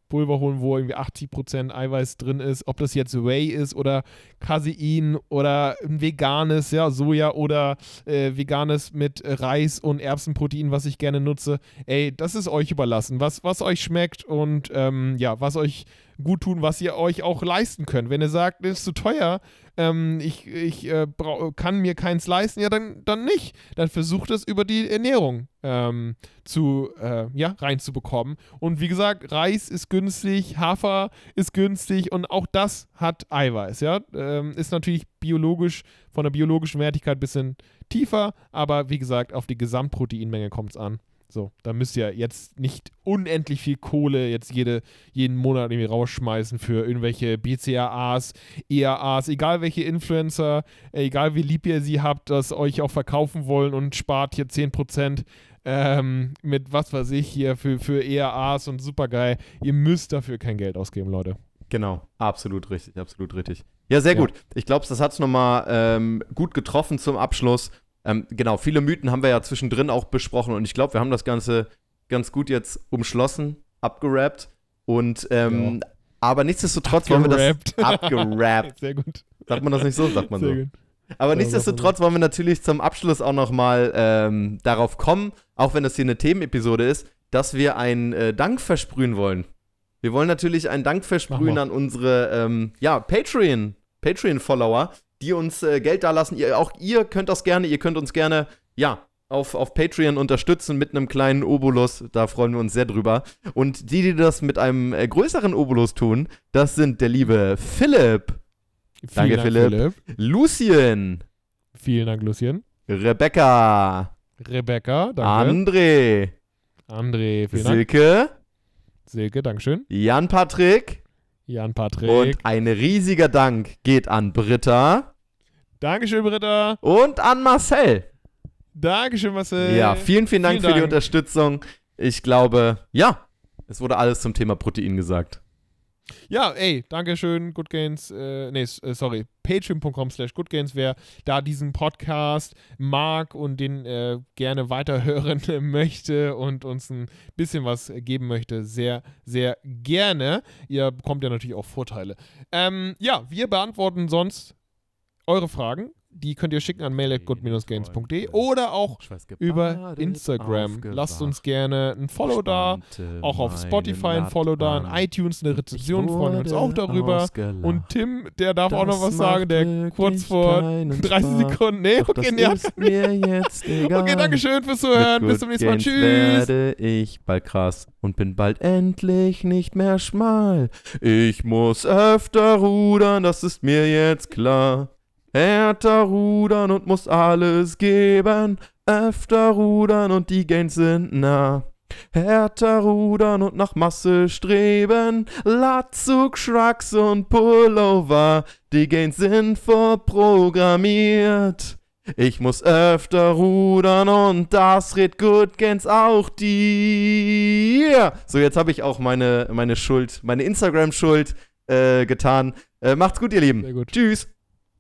Pulver holen, wo irgendwie achtzig Prozent Eiweiß drin ist, ob das jetzt Whey ist oder Casein oder ein veganes, ja, Soja oder äh, veganes mit Reis und Erbsenprotein, was ich gerne nutze. Ey, das ist euch überlassen, was, was euch schmeckt und ähm, ja, was euch gut tun, was ihr euch auch leisten könnt. Wenn ihr sagt, das ist zu teuer, ähm, ich, ich äh, brau- kann mir keins leisten, ja, dann, dann nicht. Dann versucht es über die Ernährung ähm, zu, äh, ja, reinzubekommen. Und wie gesagt, Reis ist günstig, Hafer ist günstig und auch das hat Eiweiß, ja. Ähm, ist natürlich biologisch, von der biologischen Wertigkeit ein bisschen tiefer, aber wie gesagt, auf die Gesamtproteinmenge kommt es an. So, da müsst ihr jetzt nicht unendlich viel Kohle jetzt jede, jeden Monat irgendwie rausschmeißen für irgendwelche B C A As, E A As, egal welche Influencer, egal wie lieb ihr sie habt, das euch auch verkaufen wollen und spart hier zehn Prozent ähm, mit was weiß ich hier für, für E A As und supergeil. Ihr müsst dafür kein Geld ausgeben, Leute. Genau, absolut richtig, absolut richtig. Ja, sehr Ja. gut. Ich glaube, das hat es nochmal ähm, gut getroffen zum Abschluss. Ähm, genau, viele Mythen haben wir ja zwischendrin auch besprochen und ich glaube, wir haben das Ganze ganz gut jetzt umschlossen, abgerappt und ähm, aber nichtsdestotrotz wollen wir das abgerappt. Sehr gut. Sagt man das nicht so? Sagt man Sehr so. gut. Aber Ja, nichtsdestotrotz wollen wir natürlich zum Abschluss auch nochmal ähm, darauf kommen, auch wenn das hier eine Themenepisode ist, dass wir einen äh, Dank versprühen wollen. Wir wollen natürlich einen Dank versprühen Mach mal. an unsere ähm, ja, Patreon, Patreon-Follower, die uns äh, Geld dalassen. Ihr, auch ihr könnt das gerne, ihr könnt uns gerne, ja, auf, auf Patreon unterstützen mit einem kleinen Obolus. Da freuen wir uns sehr drüber. Und die, die das mit einem äh, größeren Obolus tun, das sind der liebe Philipp, Vielen Danke, Dank, Philipp. Lucien, Vielen Dank, Lucien. Rebecca, Rebecca, danke. André, André, vielen Dank. Silke, Silke, Dankeschön. Jan-Patrick Jan Patrick. und ein riesiger Dank geht an Britta Dankeschön, Britta. und an Marcel. Dankeschön, Marcel. Ja, vielen, vielen Dank vielen für die Dank. Unterstützung. Ich glaube, ja, es wurde alles zum Thema Protein gesagt. Ja, ey, Dankeschön, Goodgains, äh, nee, s- äh, sorry, patreon.com slash goodgains, wer da diesen Podcast mag und den äh, gerne weiterhören möchte und uns ein bisschen was geben möchte, sehr, sehr gerne. Ihr bekommt ja natürlich auch Vorteile. Ähm, ja, wir beantworten sonst eure Fragen. Die könnt ihr schicken an mail at good dash gains punkt de oder auch über Instagram. Lasst uns gerne ein Follow da, auch auf Spotify ein Follow da, an iTunes eine Rezension, freuen wir uns auch darüber. Und Tim, der darf auch noch was sagen, der kurz vor dreißig Sekunden, nee, okay, ja. mir jetzt egal. Okay, Dankeschön fürs Zuhören, bis zum nächsten Mal, tschüss. werde ich bald krass und bin bald endlich nicht mehr schmal. Ich muss öfter rudern, das ist mir jetzt klar. Härter rudern und muss alles geben. Öfter rudern und die Gains sind nah. Härter rudern und nach Masse streben. Latzug, Schrucks und Pullover. Die Gains sind vorprogrammiert. Ich muss öfter rudern und das rät Good Gains auch dir. So, jetzt habe ich auch meine, meine Schuld, meine Instagram-Schuld äh, getan. Äh, macht's gut, ihr Lieben. Sehr gut. Tschüss.